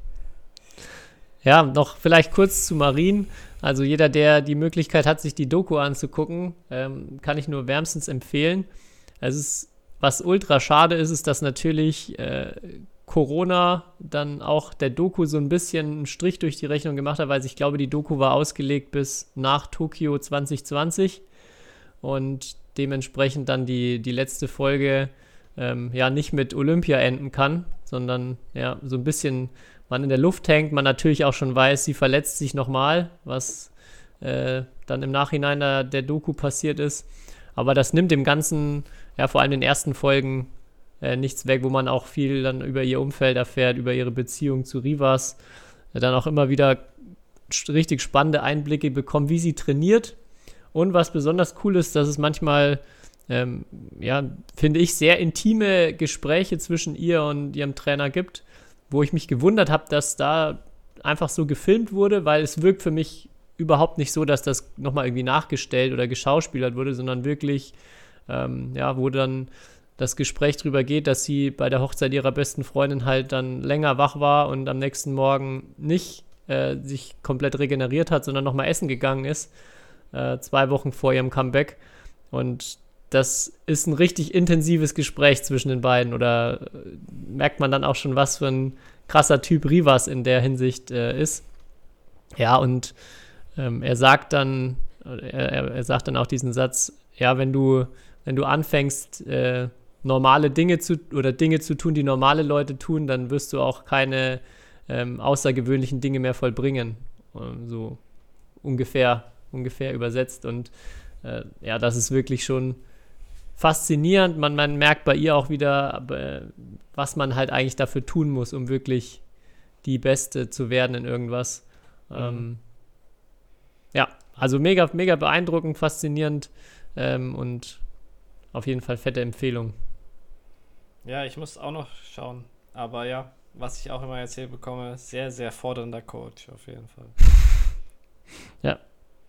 S4: Ja, noch vielleicht kurz zu Marien. Also jeder, der die Möglichkeit hat, sich die Doku anzugucken, ähm, kann ich nur wärmstens empfehlen. Es ist, was ultra schade ist, ist, dass natürlich äh, Corona dann auch der Doku so ein bisschen einen Strich durch die Rechnung gemacht hat, weil ich glaube, die Doku war ausgelegt bis nach Tokio zwanzig zwanzig und dementsprechend dann die, die letzte Folge ähm, ja nicht mit Olympia enden kann, sondern ja so ein bisschen man in der Luft hängt, man natürlich auch schon weiß, sie verletzt sich nochmal, was äh, dann im Nachhinein der, der Doku passiert ist. Aber das nimmt dem Ganzen, ja vor allem den ersten Folgen, äh, nichts weg, wo man auch viel dann über ihr Umfeld erfährt, über ihre Beziehung zu Rivas, äh, dann auch immer wieder st- richtig spannende Einblicke bekommt, wie sie trainiert. Und was besonders cool ist, dass es manchmal, ähm, ja, finde ich, sehr intime Gespräche zwischen ihr und ihrem Trainer gibt, wo ich mich gewundert habe, dass da einfach so gefilmt wurde, weil es wirkt für mich überhaupt nicht so, dass das nochmal irgendwie nachgestellt oder geschauspielert wurde, sondern wirklich, ähm, ja, wo dann das Gespräch drüber geht, dass sie bei der Hochzeit ihrer besten Freundin halt dann länger wach war und am nächsten Morgen nicht äh, sich komplett regeneriert hat, sondern nochmal essen gegangen ist, äh, zwei Wochen vor ihrem Comeback. Und das ist ein richtig intensives Gespräch zwischen den beiden oder äh, merkt man dann auch schon, was für ein krasser Typ Rivas in der Hinsicht äh, ist. Ja, und ähm, er sagt dann, er, er sagt dann auch diesen Satz, ja, wenn du, wenn du anfängst, äh, normale Dinge zu oder Dinge zu tun, die normale Leute tun, dann wirst du auch keine ähm, außergewöhnlichen Dinge mehr vollbringen. Ähm, so ungefähr, ungefähr übersetzt. Und äh, ja, das ist wirklich schon faszinierend. Man, man merkt bei ihr auch wieder, äh, was man halt eigentlich dafür tun muss, um wirklich die Beste zu werden in irgendwas. Mhm. Ähm, ja, also mega, mega beeindruckend, faszinierend ähm, und auf jeden Fall fette Empfehlung.
S5: Ja, ich muss auch noch schauen. Aber ja, was ich auch immer erzählt bekomme, sehr, sehr fordernder Coach, auf jeden Fall.
S4: Ja.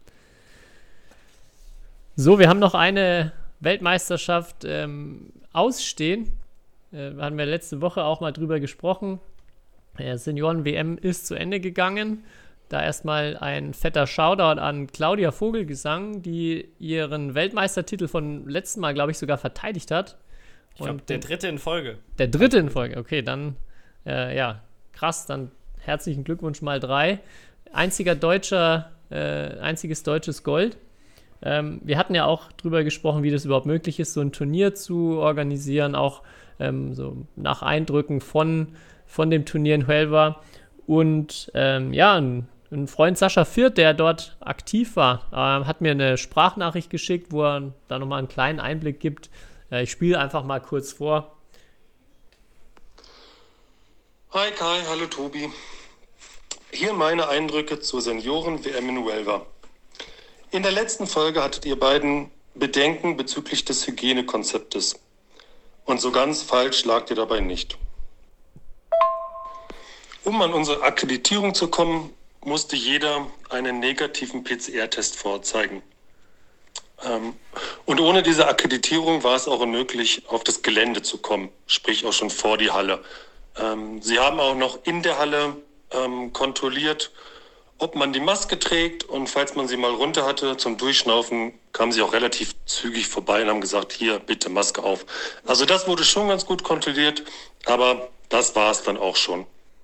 S4: So, wir haben noch eine Weltmeisterschaft ähm, ausstehen. Äh, hatten wir letzte Woche auch mal drüber gesprochen. Der Senioren-W M ist zu Ende gegangen. Da erstmal ein fetter Shoutout an Claudia Vogelgesang, die ihren Weltmeistertitel von letzten Mal, glaube ich, sogar verteidigt hat.
S5: Ich glaube, der dritte in Folge.
S4: Der dritte in Folge, okay, dann, äh, ja, krass, dann herzlichen Glückwunsch mal drei. Einziger deutscher, äh, einziges deutsches Gold. Ähm, wir hatten ja auch drüber gesprochen, wie das überhaupt möglich ist, so ein Turnier zu organisieren, auch ähm, so nach Eindrücken von, von dem Turnier in Huelva. Und ähm, ja, ein, ein Freund Sascha Viert, der dort aktiv war, äh, hat mir eine Sprachnachricht geschickt, wo er da nochmal einen kleinen Einblick gibt. Äh, ich spiele einfach mal kurz vor.
S6: Hi Kai, hallo Tobi. Hier meine Eindrücke zur Senioren-W M in Huelva. In der letzten Folge hattet ihr beiden Bedenken bezüglich des Hygienekonzeptes. Und so ganz falsch lagt ihr dabei nicht. Um an unsere Akkreditierung zu kommen, musste jeder einen negativen P C R-Test vorzeigen. Ähm, und ohne diese Akkreditierung war es auch unmöglich, auf das Gelände zu kommen, sprich auch schon vor die Halle. Ähm, sie haben auch noch in der Halle ähm, kontrolliert, ob man die Maske trägt, und falls man sie mal runter hatte zum Durchschnaufen, kamen sie auch relativ zügig vorbei und haben gesagt, hier, bitte Maske auf. Also das wurde schon ganz gut kontrolliert, aber das war es dann auch schon.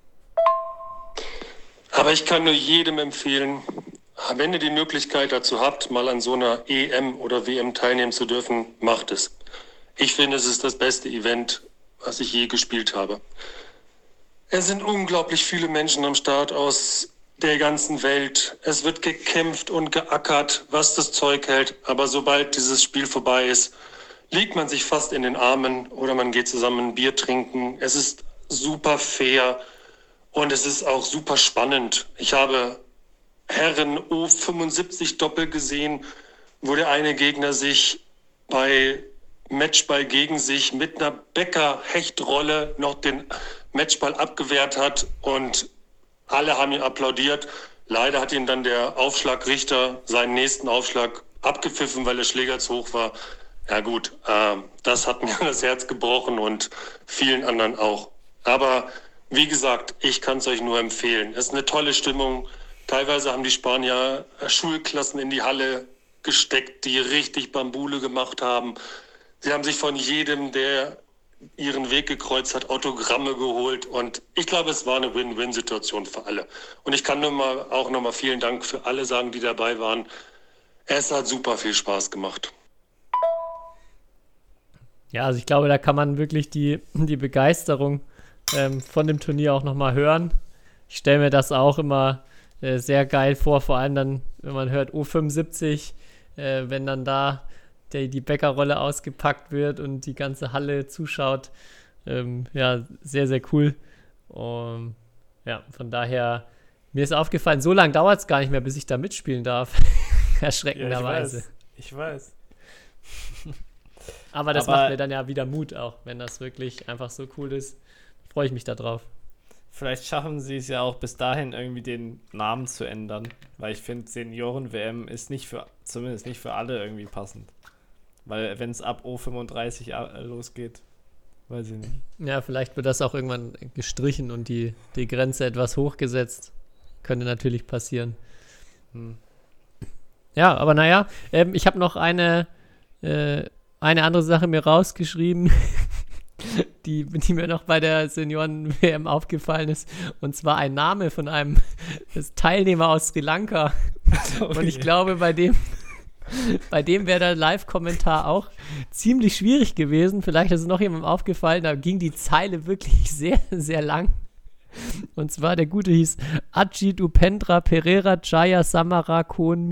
S6: Aber ich kann nur jedem empfehlen, wenn ihr die Möglichkeit dazu habt, mal an so einer E M oder W M teilnehmen zu dürfen, macht es. Ich finde, es ist das beste Event, was ich je gespielt habe. Es sind unglaublich viele Menschen am Start aus der ganzen Welt. Es wird gekämpft und geackert, was das Zeug hält. Aber sobald dieses Spiel vorbei ist, liegt man sich fast in den Armen oder man geht zusammen ein Bier trinken. Es ist super fair und es ist auch super spannend. Ich habe Herren O fünfundsiebzig Doppel gesehen, wo der eine Gegner sich bei Matchball gegen sich mit einer Bäcker-Hechtrolle noch den Matchball abgewehrt hat und alle haben ihn applaudiert. Leider hat ihn dann der Aufschlagrichter seinen nächsten Aufschlag abgepfiffen, weil der Schläger zu hoch war. Ja gut, äh, das hat mir das Herz gebrochen und vielen anderen auch. Aber wie gesagt, ich kann es euch nur empfehlen. Es ist eine tolle Stimmung. Teilweise haben die Spanier Schulklassen in die Halle gesteckt, die richtig Bambule gemacht haben. Sie haben sich von jedem, der ihren Weg gekreuzt hat, Autogramme geholt, und ich glaube, es war eine Win-Win-Situation für alle. Und ich kann nur mal, auch nochmal vielen Dank für alle sagen, die dabei waren. Es hat super viel Spaß gemacht.
S4: Ja, also ich glaube, da kann man wirklich die, die Begeisterung ähm, von dem Turnier auch nochmal hören. Ich stelle mir das auch immer äh, sehr geil vor, vor allem dann, wenn man hört O fünfundsiebzig, äh, wenn dann da der die Bäckerrolle ausgepackt wird und die ganze Halle zuschaut. Ähm, ja, sehr, sehr cool. Um, ja, von daher, mir ist aufgefallen, so lange dauert es gar nicht mehr, bis ich da mitspielen darf. Erschreckenderweise.
S5: Ja, ich weiß. Ich weiß.
S4: Aber das
S5: Aber
S4: macht mir dann ja wieder Mut auch, wenn das wirklich einfach so cool ist. Freue ich mich da drauf.
S5: Vielleicht schaffen sie es ja auch bis dahin irgendwie den Namen zu ändern, weil ich finde, Senioren-W M ist nicht für, zumindest nicht für alle irgendwie passend. Weil wenn es ab O fünfunddreißig losgeht, weiß ich nicht.
S4: Ja, vielleicht wird das auch irgendwann gestrichen und die, die Grenze etwas hochgesetzt. Könnte natürlich passieren.
S5: Hm.
S4: Ja, aber naja, ähm, ich habe noch eine, äh, eine andere Sache mir rausgeschrieben, die, die mir noch bei der Senioren-W M aufgefallen ist. Und zwar ein Name von einem Teilnehmer aus Sri Lanka.
S5: Oh,
S4: und ich
S5: je.
S4: glaube, bei dem Bei dem wäre der Live-Kommentar auch ziemlich schwierig gewesen. Vielleicht ist es noch jemandem aufgefallen, da ging die Zeile wirklich sehr, sehr lang. Und zwar, der Gute hieß Ajit Upendra Pereira Jaya Samara Kon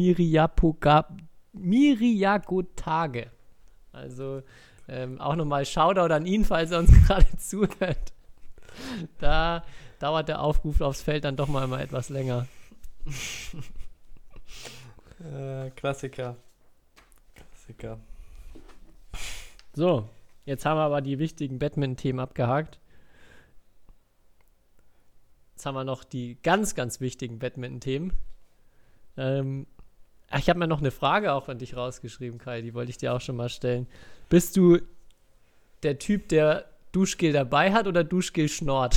S4: Miriagotage. Also ähm, auch nochmal Shoutout an ihn, falls er uns gerade zuhört. Da dauert der Aufruf aufs Feld dann doch mal immer etwas länger.
S5: Äh, Klassiker. Klassiker.
S4: So, jetzt haben wir aber die wichtigen Badminton-Themen abgehakt. Jetzt haben wir noch die ganz, ganz wichtigen Badminton-Themen. Ähm, ach, ich habe mir noch eine Frage auch an dich rausgeschrieben, Kai, die wollte ich dir auch schon mal stellen. Bist du der Typ, der Duschgel dabei hat oder Duschgel schnort?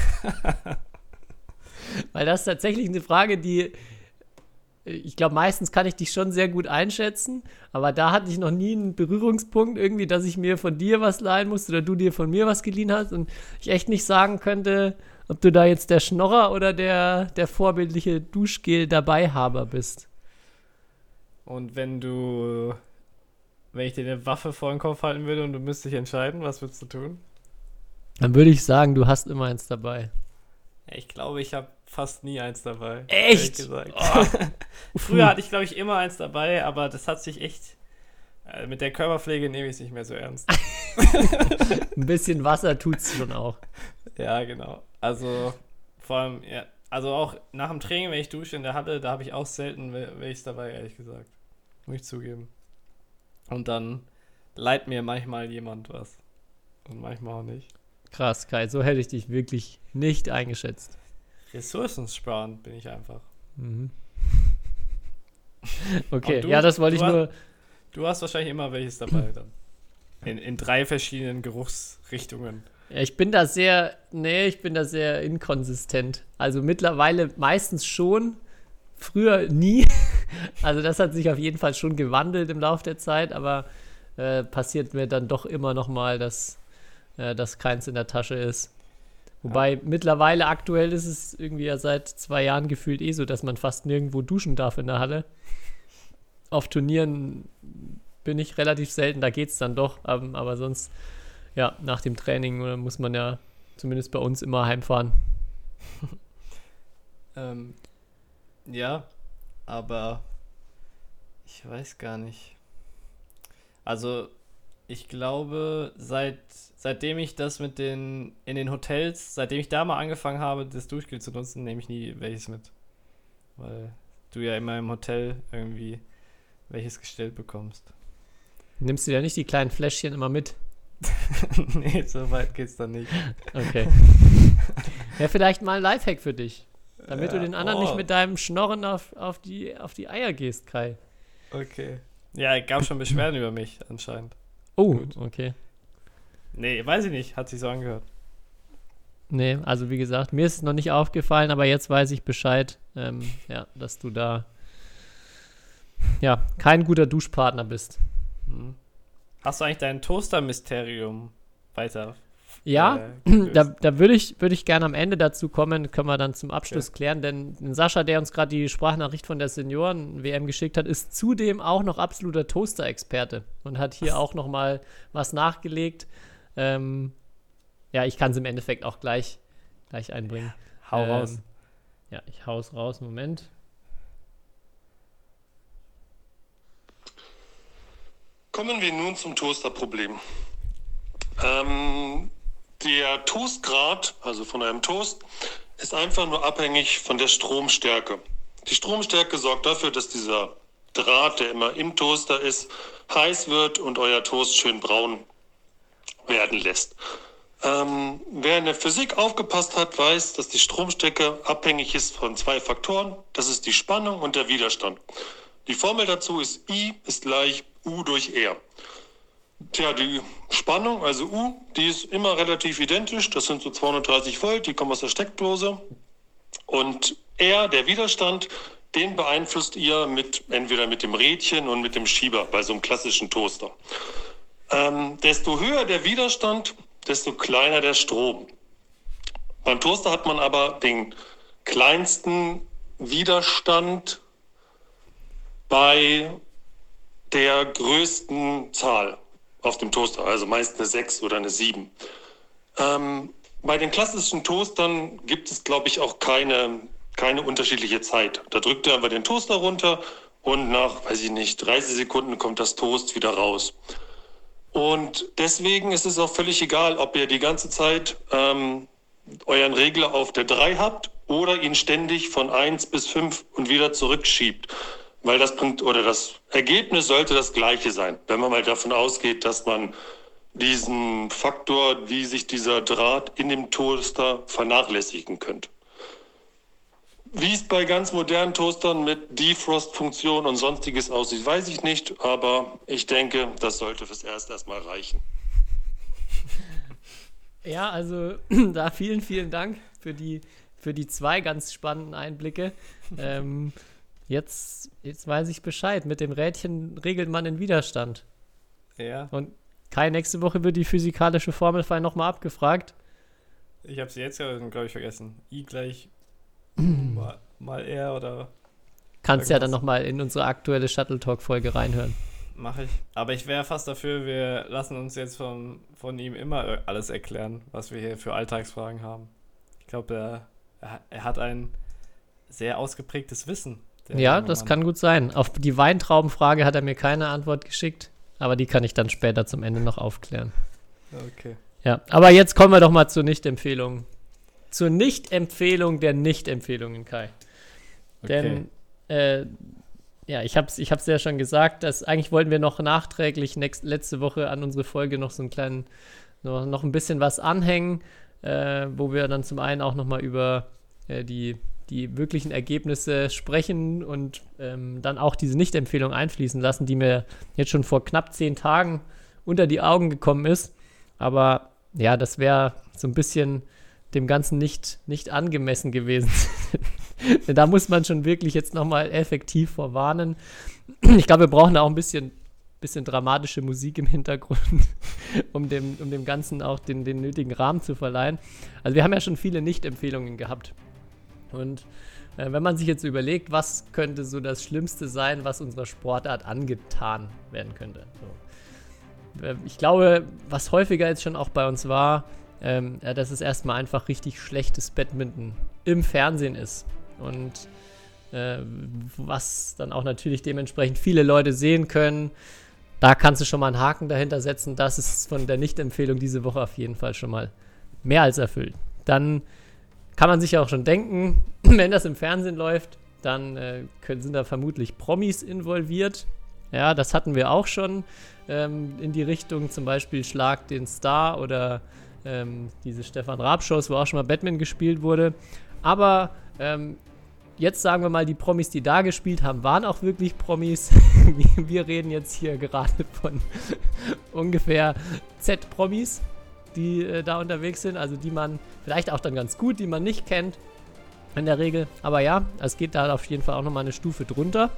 S4: Weil das ist tatsächlich eine Frage, die ich glaube, meistens kann ich dich schon sehr gut einschätzen, aber da hatte ich noch nie einen Berührungspunkt irgendwie, dass ich mir von dir was leihen musste oder du dir von mir was geliehen hast und ich echt nicht sagen könnte, ob du da jetzt der Schnorrer oder der, der vorbildliche Duschgel-Dabeihaber bist.
S5: Und wenn du, wenn ich dir eine Waffe vor den Kopf halten würde und du müsstest dich entscheiden, was würdest du tun?
S4: Dann würde ich sagen, du hast immer eins dabei.
S5: Ja, ich glaube, ich habe fast nie eins dabei.
S4: Echt?
S5: ehrlich gesagt. Früher hatte ich, glaube ich, immer eins dabei, aber das hat sich echt, äh, mit der Körperpflege nehme ich es nicht mehr so ernst.
S4: Ein bisschen Wasser tut's schon auch.
S5: Ja, genau. Also, vor allem, ja, also auch nach dem Training, wenn ich dusche in der Halle, da habe ich auch selten wel- welches dabei, ehrlich gesagt. Muss ich zugeben. Und dann leiht mir manchmal jemand was. Und manchmal auch nicht.
S4: Krass, Kai, so hätte ich dich wirklich nicht eingeschätzt.
S5: Ressourcensparend bin ich einfach.
S4: Mhm. Okay,
S5: Und du-
S4: ja, das wollte ich
S5: du hast-
S4: nur...
S5: Du hast wahrscheinlich immer welches dabei dann. In, in drei verschiedenen Geruchsrichtungen.
S4: Ja, ich bin da sehr, nee, ich bin da sehr inkonsistent. Also mittlerweile meistens schon, früher nie. Also das hat sich auf jeden Fall schon gewandelt im Laufe der Zeit, aber äh, passiert mir dann doch immer noch mal, dass, äh, dass keins in der Tasche ist. Wobei ja. mittlerweile aktuell ist es irgendwie ja seit zwei Jahren gefühlt eh so, dass man fast nirgendwo duschen darf in der Halle. Auf Turnieren bin ich relativ selten, da geht's dann doch, ähm, aber sonst ja, nach dem Training äh, muss man ja zumindest bei uns immer heimfahren.
S5: Ähm, ja, aber ich weiß gar nicht. Also, ich glaube, seit, seitdem ich das mit den, in den Hotels, seitdem ich da mal angefangen habe, das Duschgel zu nutzen, nehme ich nie welches mit. Weil du ja immer im Hotel irgendwie welches gestellt bekommst.
S4: Nimmst du ja nicht die kleinen Fläschchen immer mit?
S5: Nee, so weit geht's dann nicht.
S4: Okay. Ja, vielleicht mal ein Lifehack für dich. Damit
S5: Ja,
S4: du den anderen
S5: oh.
S4: nicht mit deinem Schnorren auf, auf, die, auf die Eier gehst, Kai.
S5: Okay. Ja, es gab schon Beschwerden über mich anscheinend.
S4: Oh,
S5: Gut.
S4: okay.
S5: Nee, weiß ich nicht, hat sich so angehört.
S4: Nee, also wie gesagt, mir ist es noch nicht aufgefallen, aber jetzt weiß ich Bescheid, ähm, ja, dass du da ja, kein guter Duschpartner bist.
S5: Hm. Hast du eigentlich dein Toaster-Mysterium weiter?
S4: Ja,
S5: äh, gelöst?
S4: da, da würde ich, würd ich gerne am Ende dazu kommen, können wir dann zum Abschluss
S5: Okay.
S4: klären, denn Sascha, der uns gerade die Sprachnachricht von der Senioren-W M geschickt hat, ist zudem auch noch absoluter Toaster-Experte und hat hier auch noch mal was nachgelegt. Ähm, ja, ich kann es im Endeffekt auch gleich, gleich einbringen.
S5: Hau
S4: Ähm,
S5: raus.
S4: Ja, ich hau's raus, Moment.
S6: Kommen wir nun zum Toasterproblem. Ähm, der Toastgrad, also von einem Toast, ist einfach nur abhängig von der Stromstärke. Die Stromstärke sorgt dafür, dass dieser Draht, der immer im Toaster ist, heiß wird und euer Toast schön braun werden lässt. Ähm, wer in der Physik aufgepasst hat, weiß, dass die Stromstärke abhängig ist von zwei Faktoren. Das ist die Spannung und der Widerstand. Die Formel dazu ist I ist gleich U durch R. Tja, die Spannung, also U, die ist immer relativ identisch. Das sind so zweihundertdreißig Volt, die kommen aus der Steckdose. Und R, der Widerstand, den beeinflusst ihr mit entweder mit dem Rädchen und mit dem Schieber bei so einem klassischen Toaster. Ähm, desto höher der Widerstand, desto kleiner der Strom. Beim Toaster hat man aber den kleinsten Widerstand bei der größten Zahl auf dem Toaster, also meist eine sechs oder eine sieben. Ähm, bei den klassischen Toastern gibt es, glaube ich, auch keine, keine unterschiedliche Zeit. Da drückt ihr einfach den Toaster runter und nach, weiß ich nicht, dreißig Sekunden kommt das Toast wieder raus. Und deswegen ist es auch völlig egal, ob ihr die ganze Zeit ähm, euren Regler auf der drei habt oder ihn ständig von eins bis fünf und wieder zurückschiebt. Weil das Punkt oder das Ergebnis sollte das gleiche sein, wenn man mal davon ausgeht, dass man diesen Faktor, wie sich dieser Draht in dem Toaster vernachlässigen könnte. Wie es bei ganz modernen Toastern mit Defrost-Funktion und sonstiges aussieht, weiß ich nicht, aber ich denke, das sollte fürs Erste erstmal reichen.
S4: Ja, also da vielen, vielen Dank für die, für die zwei ganz spannenden Einblicke. ähm, jetzt, jetzt weiß ich Bescheid. Mit dem Rädchen regelt man den Widerstand.
S5: Ja,
S4: Und Kai, nächste Woche wird die physikalische Formel nochmal abgefragt.
S5: ich habe sie jetzt ja, glaube ich, vergessen. I gleich mal, mal R oder...
S4: Kannst ja dann nochmal in unsere aktuelle Shuttle Talk-Folge reinhören.
S5: Mache ich. Aber ich wäre fast dafür, wir lassen uns jetzt von, von ihm immer alles erklären, was wir hier für Alltagsfragen haben. Ich glaube, er, er hat ein sehr ausgeprägtes Wissen.
S4: Ja, das kann gut sein. Auf die Weintraubenfrage hat er mir keine Antwort geschickt, aber die kann ich dann später zum Ende noch aufklären.
S5: Okay.
S4: Ja, aber jetzt kommen wir doch mal zur Nicht-Empfehlung. Zur Nicht-Empfehlung der Nicht-Empfehlungen, Kai.
S5: Okay.
S4: Denn, äh, ja, ich hab's, ich hab's ja schon gesagt, dass eigentlich wollten wir noch nachträglich next, letzte Woche an unsere Folge noch so einen kleinen, noch, noch ein bisschen was anhängen, äh, wo wir dann zum einen auch nochmal über äh, die, die wirklichen Ergebnisse sprechen und ähm, dann auch diese Nicht-Empfehlung einfließen lassen, die mir jetzt schon vor knapp zehn Tagen unter die Augen gekommen ist. Aber ja, das wäre so ein bisschen dem Ganzen nicht, nicht angemessen gewesen. Da muss man schon wirklich jetzt nochmal effektiv vorwarnen. Ich glaube, wir brauchen da auch ein bisschen, bisschen dramatische Musik im Hintergrund, um dem, um dem Ganzen auch den, den nötigen Rahmen zu verleihen. Also wir haben ja schon viele Nicht-Empfehlungen gehabt. Und äh, wenn man sich jetzt überlegt, was könnte so das Schlimmste sein, was unserer Sportart angetan werden könnte. So. Äh, ich glaube, was häufiger jetzt schon auch bei uns war, ähm, ja, dass es erstmal einfach richtig schlechtes Badminton im Fernsehen ist. Und äh, was dann auch natürlich dementsprechend viele Leute sehen können, da kannst du schon mal einen Haken dahinter setzen. Das ist von der Nicht-Empfehlung diese Woche auf jeden Fall schon mal mehr als erfüllt. Dann kann man sich ja auch schon denken, wenn das im Fernsehen läuft, dann äh, können, sind da vermutlich Promis involviert. Ja, das hatten wir auch schon ähm, in die Richtung, zum Beispiel Schlag den Star oder ähm, diese Stefan Raab-Shows, wo auch schon mal Badminton gespielt wurde. Aber ähm, jetzt sagen wir mal, die Promis, die da gespielt haben, waren auch wirklich Promis. Wir reden jetzt hier gerade von ungefähr Z-Promis, die äh, da unterwegs sind, also die man vielleicht auch dann ganz gut, die man nicht kennt in der Regel. Aber ja, es geht da auf jeden Fall auch nochmal eine Stufe drunter.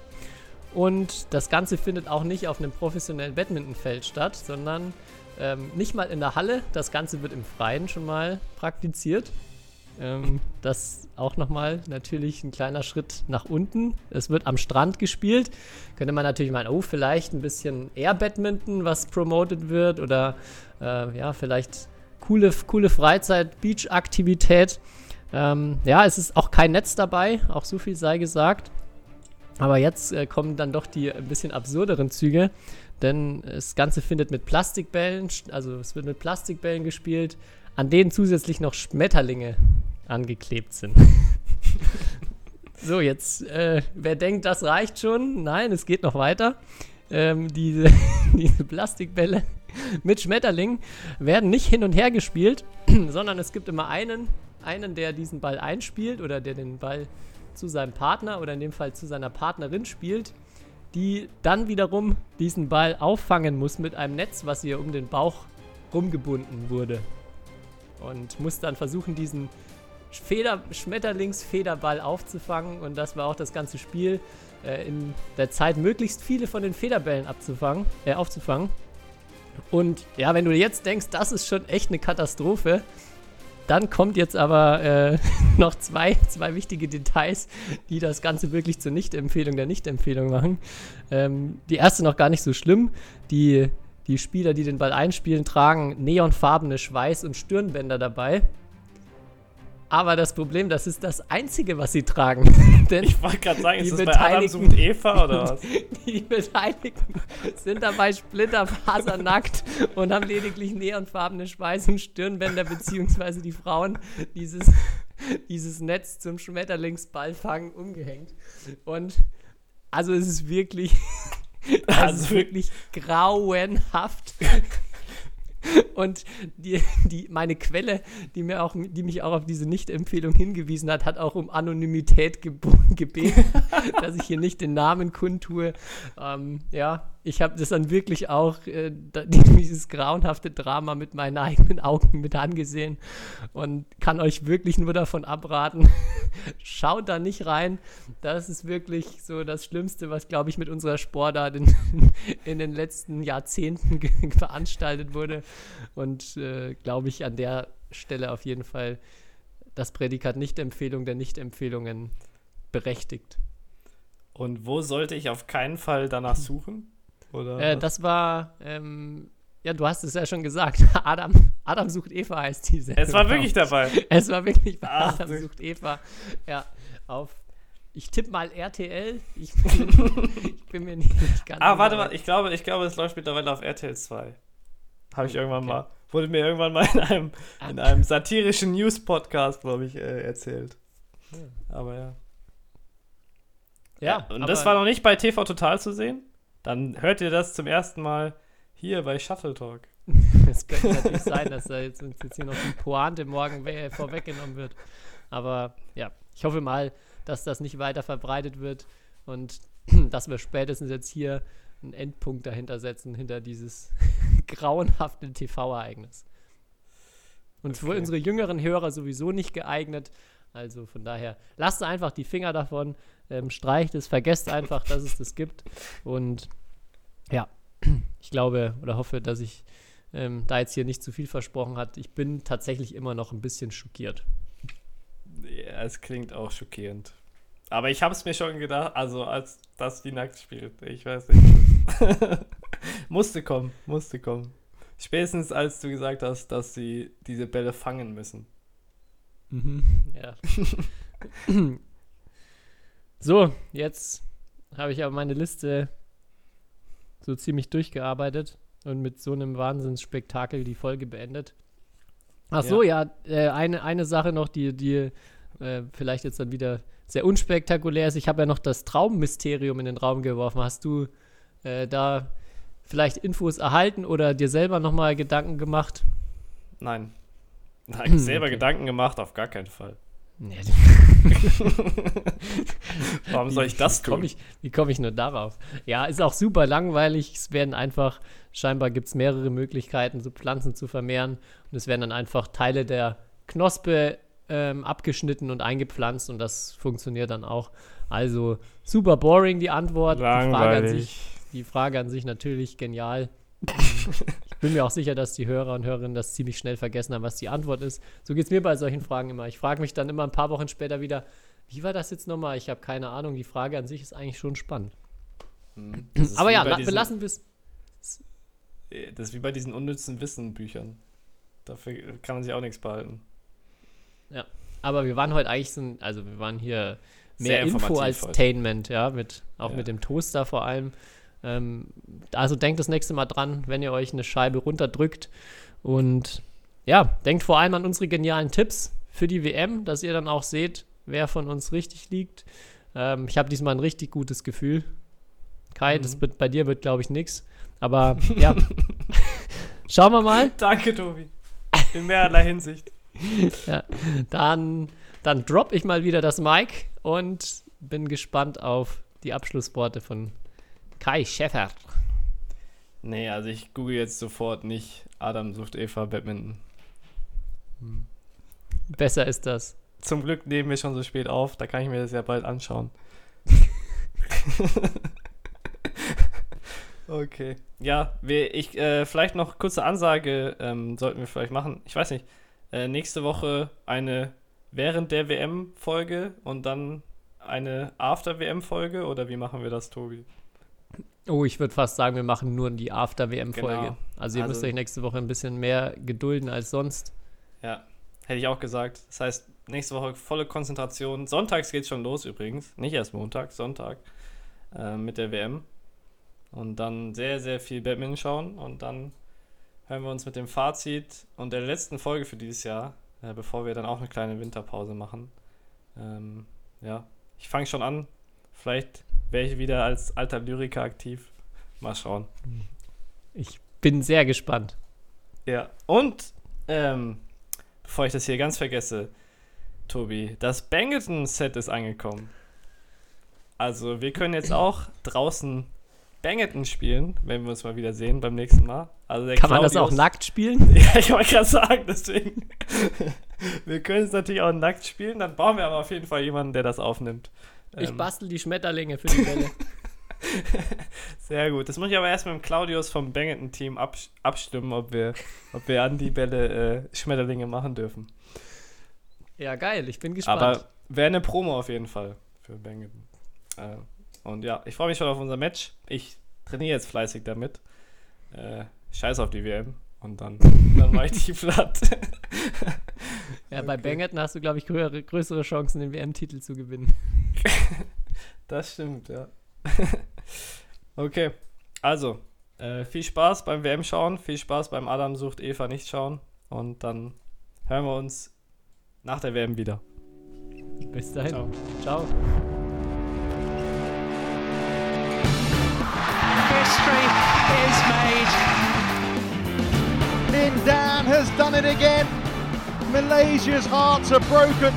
S4: Und das Ganze findet auch nicht auf einem professionellen Badmintonfeld statt, sondern ähm, nicht mal in der Halle. Das Ganze wird im Freien schon mal praktiziert. Ähm, das auch nochmal natürlich ein kleiner Schritt nach unten. Es wird am Strand gespielt. Könnte man natürlich meinen, oh, vielleicht ein bisschen Air-Badminton, was promoted wird, oder äh, ja, vielleicht coole, coole Freizeit-Beach-Aktivität. Ähm, ja, es ist auch kein Netz dabei, auch so viel sei gesagt. Aber jetzt äh, kommen dann doch die ein bisschen absurderen Züge, denn das Ganze findet mit Plastikbällen, also es wird mit Plastikbällen gespielt, an denen zusätzlich noch Schmetterlinge angeklebt sind. So, jetzt, äh, wer denkt, das reicht schon? Nein, es geht noch weiter. Ähm, diese, diese Plastikbälle mit Schmetterlingen werden nicht hin und her gespielt, sondern es gibt immer einen, einen, der diesen Ball einspielt oder der den Ball zu seinem Partner oder in dem Fall zu seiner Partnerin spielt, die dann wiederum diesen Ball auffangen muss mit einem Netz, was ihr um den Bauch rumgebunden wurde. Und muss dann versuchen, diesen Feder, Schmetterlingsfederball aufzufangen. Und das war auch das ganze Spiel, äh, in der Zeit möglichst viele von den Federbällen abzufangen, äh, aufzufangen. Und ja, wenn du jetzt denkst, das ist schon echt eine Katastrophe, dann kommt jetzt aber äh, noch zwei, zwei wichtige Details, die das Ganze wirklich zur Nicht-Empfehlung der Nicht-Empfehlung machen. Ähm, die erste noch gar nicht so schlimm. Die, die Spieler, die den Ball einspielen, tragen neonfarbene Schweiß- und Stirnbänder dabei. Aber das Problem, das ist das Einzige, was sie tragen. Denn
S5: ich wollte gerade sagen, ist das bei Adam
S4: Beteiligten-
S5: sucht Eva oder was?
S4: Die Beteiligten sind dabei splitterfasernackt und haben lediglich neonfarbene Schweiß- und Stirnbänder, beziehungsweise die Frauen dieses, dieses Netz zum Schmetterlingsballfangen umgehängt. Und also es ist wirklich, es
S5: Also-
S4: ist wirklich grauenhaft. Und die, die, meine Quelle, die, mir auch, die mich auch auf diese Nicht-Empfehlung hingewiesen hat, hat auch um Anonymität gebo- gebeten, dass ich hier nicht den Namen kundtue. Ähm, ja, ich habe das dann wirklich auch, äh, da, dieses grauenhafte Drama mit meinen eigenen Augen mit angesehen und kann euch wirklich nur davon abraten, schaut da nicht rein. Das ist wirklich so das Schlimmste, was, glaube ich, mit unserer Sportart in, in den letzten Jahrzehnten ge- veranstaltet wurde. Und äh, glaube ich, an der Stelle auf jeden Fall das Prädikat Nicht-Empfehlung der Nicht-Empfehlungen berechtigt.
S5: Und wo sollte ich auf keinen Fall danach suchen? Oder
S4: Äh,
S5: was?
S4: das war, ähm, ja, du hast es ja schon gesagt. Adam, Adam sucht Eva heißt diese.
S5: Es war wirklich dabei.
S4: Es war wirklich bei
S5: Ach,
S4: Adam
S5: du-
S4: sucht Eva. Ja, auf. Ich tippe mal R T L. Ich bin, ich bin mir nicht ganz
S5: Ah, warte
S4: sicher.
S5: mal, ich glaube, ich glaube, es läuft mittlerweile auf R T L zwei. Habe ich irgendwann
S4: okay.
S5: mal, wurde mir irgendwann mal in einem, in einem satirischen News-Podcast, glaube ich, äh, erzählt. Aber ja.
S4: Ja,
S5: Und
S4: aber
S5: das war noch nicht bei T V Total zu sehen? Dann hört ihr das zum ersten Mal hier bei Shuttle Talk.
S4: es könnte natürlich sein, dass da jetzt, uns jetzt hier noch die Pointe morgen we- vorweggenommen wird. Aber ja, ich hoffe mal, dass das nicht weiter verbreitet wird und dass wir spätestens jetzt hier einen Endpunkt dahinter setzen, hinter dieses grauenhafte T V-Ereignis. Und für
S5: Okay.
S4: unsere jüngeren Hörer sowieso nicht geeignet. Also von daher, lasst einfach die Finger davon, ähm, streicht es, vergesst einfach, dass es das gibt. Und ja, ich glaube oder hoffe, dass ich ähm, da jetzt hier nicht zu viel versprochen hat. Ich bin tatsächlich immer noch ein bisschen schockiert.
S5: Ja, es klingt auch schockierend. Aber ich habe es mir schon gedacht, also als das die nackt spielt. Ich weiß nicht. musste kommen, musste kommen. Spätestens als du gesagt hast, dass sie diese Bälle fangen müssen.
S4: Mhm. Ja. So, jetzt habe ich aber meine Liste so ziemlich durchgearbeitet und mit so einem Wahnsinnsspektakel die Folge beendet. Ach so, ja, äh, eine, eine Sache noch, die, die äh, vielleicht jetzt dann wieder sehr unspektakulär ist. Ich habe ja noch das Traummysterium in den Raum geworfen. Hast du äh, da vielleicht Infos erhalten oder dir selber nochmal Gedanken gemacht?
S5: Nein. Nein, selber
S4: Okay.
S5: Gedanken gemacht, auf gar keinen Fall.
S4: Nee,
S5: Warum soll ich das
S4: Wie komme
S5: tun?
S4: ich, wie komm ich nur darauf? Ja, ist auch super langweilig. Es werden einfach, scheinbar gibt es mehrere Möglichkeiten, so Pflanzen zu vermehren. Und es werden dann einfach Teile der Knospe ähm, abgeschnitten und eingepflanzt und das funktioniert dann auch. Also super boring die Antwort. Die Frage an sich,
S5: Langweilig.
S4: die Frage an sich natürlich genial. Ich bin mir auch sicher, dass die Hörer und Hörerinnen das ziemlich schnell vergessen haben, was die Antwort ist. So geht es mir bei solchen Fragen immer. Ich frage mich dann immer ein paar Wochen später wieder, wie war das jetzt nochmal? Ich habe keine Ahnung. Die Frage an sich ist eigentlich schon spannend.
S5: Hm, das ist
S4: Aber
S5: wie
S4: ja,
S5: bei
S4: la
S5: diesen-
S4: wir lassen es.
S5: Das ist wie bei diesen unnützen Wissen-Büchern. Dafür kann man sich auch nichts behalten.
S4: Aber wir waren heute eigentlich so, ein- also wir waren hier
S5: Sehr
S4: mehr Info
S5: informativ
S4: als
S5: heute.
S4: Tainment, ja, mit, auch
S5: Ja.
S4: mit dem Toaster vor allem. Ähm, also denkt das nächste Mal dran, wenn ihr euch eine Scheibe runterdrückt. Und ja, denkt vor allem an unsere genialen Tipps für die W M, dass ihr dann auch seht, wer von uns richtig liegt. Ähm, ich habe diesmal ein richtig gutes Gefühl. Kai,
S5: Mhm.
S4: das wird, bei dir wird, glaube ich, nichts. Aber ja, schauen wir mal.
S5: Danke, Tobi. In mehrerlei Hinsicht.
S4: Ja, dann, dann droppe ich mal wieder das Mic und bin gespannt auf die Abschlussworte von Kai Schäfer.
S5: Nee, also ich google jetzt sofort nicht Adam sucht Eva Badminton.
S4: Besser ist das.
S5: Zum Glück nehmen wir schon so spät auf, da kann ich mir das ja bald anschauen. Okay. Ja, wir, ich, äh, vielleicht noch kurze Ansage ähm, sollten wir vielleicht machen. Ich weiß nicht, äh, nächste Woche eine während der W M-Folge und dann eine After-W M-Folge oder wie machen wir das, Tobi?
S4: Oh, ich würde fast sagen, wir machen nur die After-W M-Folge.
S5: Genau.
S4: Also ihr
S5: Also-
S4: müsst euch nächste Woche ein bisschen mehr gedulden als sonst.
S5: Ja, hätte ich auch gesagt. Das heißt, nächste Woche volle Konzentration. Sonntags geht's schon los übrigens. Nicht erst Montag, Sonntag äh, mit der W M. Und dann sehr, sehr viel Badminton schauen. Und dann hören wir uns mit dem Fazit und der letzten Folge für dieses Jahr, äh, bevor wir dann auch eine kleine Winterpause machen. Ähm, ja, ich fange schon an. Vielleicht wäre ich wieder als alter Lyriker aktiv. Mal schauen.
S4: Ich bin sehr gespannt.
S5: Ja, und ähm, bevor ich das hier ganz vergesse, Tobi, das Bangleton-Set ist angekommen. Also wir können jetzt auch draußen Bangleton spielen, wenn wir uns mal wieder sehen beim nächsten Mal. Also der
S4: Kann man das auch
S5: Claudius-
S4: nackt spielen?
S5: Ja, ich wollte gerade sagen, deswegen. Wir können es natürlich auch nackt spielen, dann brauchen wir aber auf jeden Fall jemanden, der das aufnimmt.
S4: Ich
S5: Ähm,
S4: bastel die Schmetterlinge für die Bälle.
S5: Sehr gut. Das muss ich aber erst mit dem Claudius vom Bangleton-Team abs- abstimmen, ob wir, ob wir an die Bälle äh, Schmetterlinge machen dürfen.
S4: Ja, geil, ich bin gespannt.
S5: Aber wäre eine Promo auf jeden Fall für Bangleton. Äh, Und ja, ich freue mich schon auf unser Match. Ich trainiere jetzt fleißig damit. Äh, scheiß auf die W M. Und dann, dann mache ich die platt.
S4: Ja,
S5: Okay.
S4: bei Bengetton hast du, glaube ich, größere, größere Chancen, den W M-Titel zu gewinnen.
S5: Das stimmt, ja. Okay, also, äh, viel Spaß beim W M-Schauen. Viel Spaß beim Adam sucht Eva nicht schauen. Und dann hören wir uns nach der W M wieder.
S4: Bis dahin.
S5: Ciao.
S4: Ciao.
S2: History is made.
S1: Lin Dan has done it again. Malaysia's hearts are broken.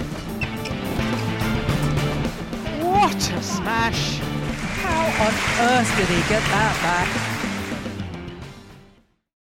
S2: What a smash! How on earth did he get that back?